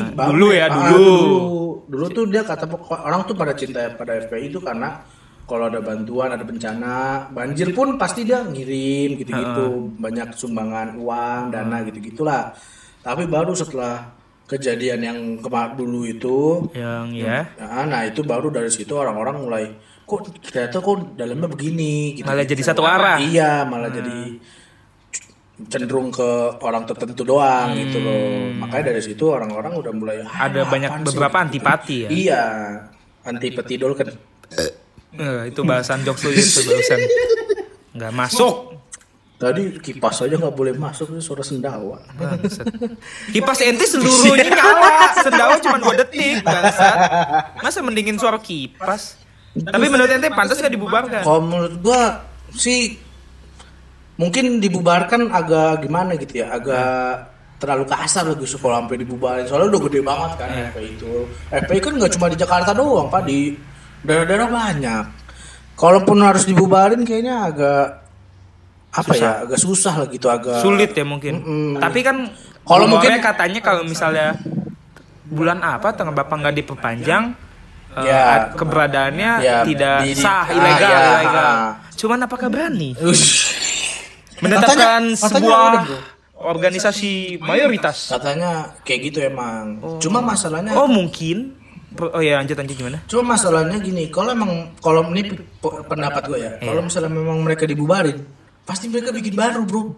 Speaker 1: dulu tuh dia kata orang tuh pada cinta pada FPI itu karena kalau ada bantuan, ada bencana, banjir pun pasti dia ngirim gitu-gitu, banyak sumbangan uang, dana gitu-gitulah. Tapi baru setelah kejadian yang dulu itu, nah itu baru dari situ orang-orang mulai ternyata dalamnya begini. Gitu,
Speaker 2: malah jadi satu arah.
Speaker 1: Iya, malah jadi cenderung ke orang tertentu doang gitu loh. Makanya dari situ orang-orang udah mulai
Speaker 2: ada banyak beberapa antipati ya.
Speaker 1: Iya, antipati dulu kan.
Speaker 2: Itu bahasan jokes itu barusan. Enggak masuk.
Speaker 1: Tadi kipas aja nggak boleh masuk, suara sendawa.
Speaker 2: Bangsat. Kipas ente seluruhnya nyala, sendawa cuma 2 detik, bangsat. Masa mendingin suara kipas? Tapi menurut ente pantas gak dibubarkan?
Speaker 1: Kalau menurut gua sih mungkin dibubarkan agak gimana gitu ya, agak terlalu kasar lagi kalau sampai dibubarin. Soalnya udah gede banget kan FPI itu. FPI kan nggak cuma di Jakarta doang, Pak, di daerah-daerah banyak. Kalaupun harus dibubarin kayaknya agak apa susah. Ya agak susah lah gitu, agak
Speaker 2: sulit ya mungkin. Tapi kan
Speaker 1: kalau mungkin
Speaker 2: katanya kalau misalnya bulan apa tanggal bapak nggak diperpanjang keberadaannya tidak sah, ilegal. Cuman apakah berani menetapkan sebuah organisasi mayoritas?
Speaker 1: Katanya kayak gitu emang. Cuma masalahnya
Speaker 2: mungkin lanjut gimana?
Speaker 1: Cuma masalahnya gini, kalau ini pendapat gue ya, kalau misalnya memang mereka dibubarin, pasti mereka bikin baru, bro.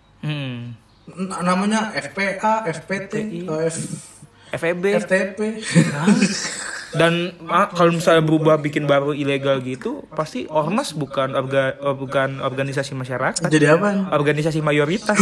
Speaker 1: Namanya FPA, FPT,
Speaker 2: FEB,
Speaker 1: FTP.
Speaker 2: Dan kalau misalnya berubah bikin baru ilegal gitu, pasti ormas bukan organisasi masyarakat.
Speaker 1: Jadi apa?
Speaker 2: Organisasi mayoritas.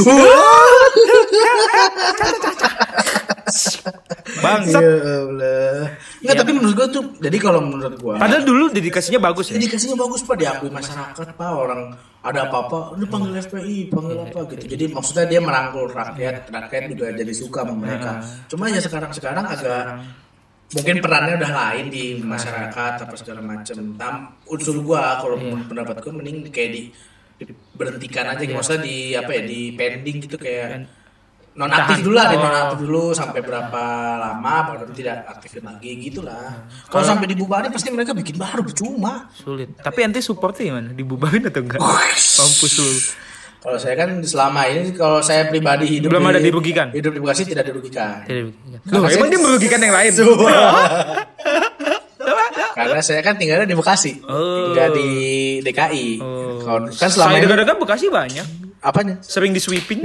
Speaker 2: Bangsat.
Speaker 1: Enggak, tapi menurut gua tuh, jadi kalau menurut gua,
Speaker 2: padahal dulu dedikasinya bagus ya.
Speaker 1: Dedikasinya bagus, Pak, diakui masyarakat, Pak. Orang ada apa-apa, udah panggil FPI, panggil apa gitu. Jadi maksudnya dia merangkul rakyat juga jadi suka sama mereka. Cuma ya sekarang agak mungkin perannya udah lain di masyarakat apa segala macam. Unsur gua kalau pendapat gua mending kayak diberhentikan aja, maksudnya di pending gitu, kayak nonaktif dulu sampai berapa lama baru tidak aktifin lagi gitulah. Kalau sampai dibubarin pasti mereka bikin baru, percuma.
Speaker 2: Sulit. Tapi ente supportnya gimana? Dibubarin atau enggak? Mampus lu.
Speaker 1: Kalau saya kan selama ini, kalau saya pribadi hidup
Speaker 2: belum ada dirugikan.
Speaker 1: Hidup di Bekasi tidak dirugikan.
Speaker 2: Loh, emang dia merugikan yang lain?
Speaker 1: Karena saya kan tinggalnya di Bekasi, tidak di DKI. Kan selama
Speaker 2: saya dekat-dekat Bekasi banyak.
Speaker 1: Apanya?
Speaker 2: Sering di sweeping.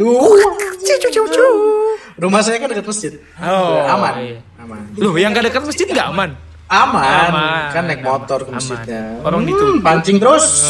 Speaker 1: Rumah saya kan dekat masjid. Aman. Iya. Aman.
Speaker 2: Loh, yang gak dekat masjid gak aman?
Speaker 1: Aman. Kan naik motor ke masjidnya.
Speaker 2: Orang itu
Speaker 1: pancing terus.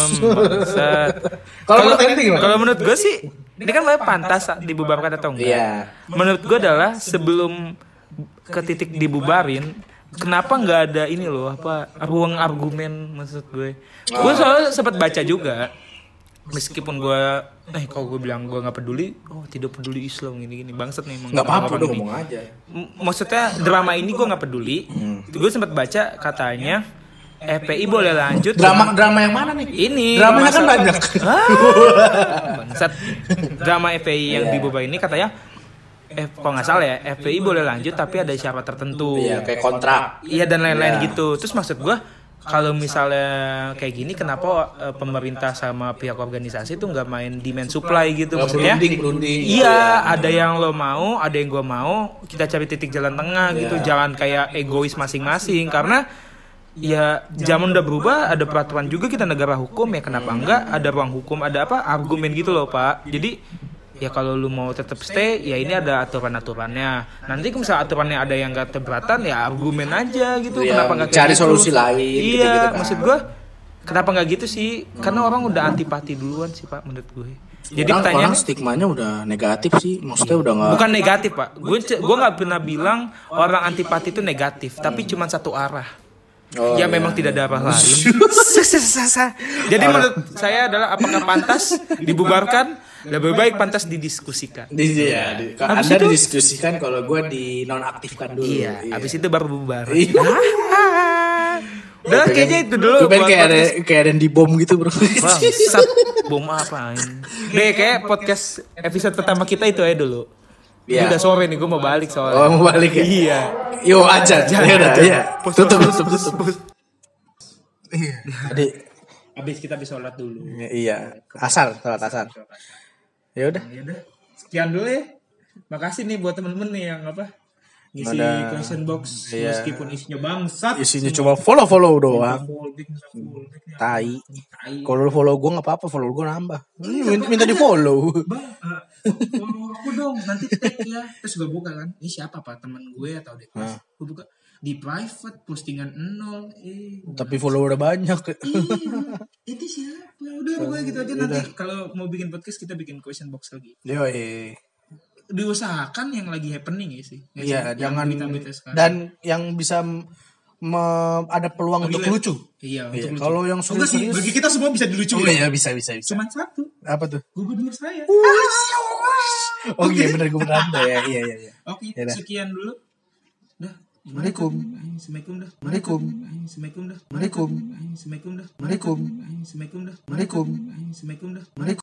Speaker 2: Kalau menurut gue sih, ini kan pantas dibubarkan atau enggak?
Speaker 1: Iya.
Speaker 2: Menurut gue adalah sebelum ke titik dibubarin, kenapa nggak ada ini loh, ruang argumen, maksud gue. Gue soalnya sempat baca juga. Meskipun gue kalau gue bilang gue nggak peduli, tidak peduli Islam gini bangsat nih.
Speaker 1: Nggak apa-apa, udah ngomong aja.
Speaker 2: Maksudnya drama ini gue nggak peduli. Gue sempat baca katanya FPI boleh lanjut.
Speaker 1: Drama yang mana nih?
Speaker 2: Ini
Speaker 1: dramanya kan banyak.
Speaker 2: Bangsat. Drama FPI yang dibubar ini katanya kalau nggak salah ya, FPI boleh lanjut tapi ada syarat tertentu.
Speaker 1: Iya, kayak kontrak.
Speaker 2: Iya, dan lain-lain gitu. Terus maksud gue, kalau misalnya kayak gini, kenapa pemerintah sama pihak organisasi tuh nggak main demand supply gitu? Maksudnya, iya, ada yang lo mau, ada yang gue mau, kita cari titik jalan tengah gitu. Jangan kayak egois masing-masing, karena ya zaman udah berubah, ada peraturan juga, kita negara hukum ya, kenapa enggak ada ruang hukum, ada argumen gitu loh, Pak. Jadi ya kalau lu mau tetap stay, ya ini ada aturan-aturannya. Nanti kalau misalnya aturannya ada yang gak keberatan, ya argumen aja gitu.
Speaker 1: Ya,
Speaker 2: kenapa nggak
Speaker 1: cari
Speaker 2: gitu?
Speaker 1: Solusi lain?
Speaker 2: Iya, gitu kan. Maksud gue, kenapa nggak gitu sih? Karena orang udah antipati duluan sih, Pak, menurut gue. Jadi pertanyaan,
Speaker 1: stigmanya udah negatif sih, maksudnya udah nggak.
Speaker 2: Bukan negatif, Pak. Gue nggak pernah bilang orang antipati itu negatif, tapi cuma satu arah. Memang tidak ada arah lain. Jadi menurut saya adalah apakah pantas dibubarkan? Lebih baik pantas didiskusikan.
Speaker 1: Anda didiskusikan, kalau gue dinonaktifkan dulu.
Speaker 2: Iya. Abis itu baru bubar. Udah kayaknya itu dulu.
Speaker 1: Gue pengen kayak ada yang dibom gitu, bro.
Speaker 2: Bangsat, bom apa? Kayak podcast episode pertama kita itu aja dulu. Ini udah sore nih, gue mau balik soalnya.
Speaker 1: Mau balik ya?
Speaker 2: Iya.
Speaker 1: Yo aja. Iya. Tutup. Iya.
Speaker 2: Abis kita bisa sholat dulu.
Speaker 1: Iya. Sholat asar. Ya udah.
Speaker 2: Sekian dulu ya. Makasih nih buat temen-temen nih yang ngisi question box meskipun isinya bangsat.
Speaker 1: Isinya cuma follow doang.
Speaker 2: Full back.
Speaker 1: Tai. Kalau lu follow gue nggak apa-apa, follow gue nambah. Minta di follow.
Speaker 2: Bang, follow aku dong, nanti tag ya. Terus gue buka kan, ini siapa pak, teman gue atau dia? Gue buka di private, postingan 0.
Speaker 1: Tapi follow udah banyak.
Speaker 2: Itu siapa? Udah gitu aja. Nanti kalau mau bikin podcast kita bikin question box lagi.
Speaker 1: Yoi.
Speaker 2: Diusahakan yang lagi happening ya sih.
Speaker 1: Iya, jangan
Speaker 2: berita-berita
Speaker 1: dan yang bisa ada peluang untuk lucu.
Speaker 2: Iya, untuk lucu.
Speaker 1: Kalau yang serius,
Speaker 2: bagi kita semua bisa dilucu.
Speaker 1: Iya, bisa.
Speaker 2: Cuman satu.
Speaker 1: Apa tuh?
Speaker 2: Gubernur saya.
Speaker 1: Oh iya benar gubernur Anda ya. Iya.
Speaker 2: Oke, sekian dulu. Dah.
Speaker 1: Assalamualaikum.
Speaker 2: Assalamualaikum dah.
Speaker 1: Assalamualaikum.
Speaker 2: Assalamualaikum dah.
Speaker 1: Assalamualaikum.
Speaker 2: Assalamualaikum dah.
Speaker 1: Assalamualaikum.
Speaker 2: Assalamualaikum dah.
Speaker 1: Assalamualaikum.
Speaker 2: Assalamualaikum dah.
Speaker 1: Assalamualaikum.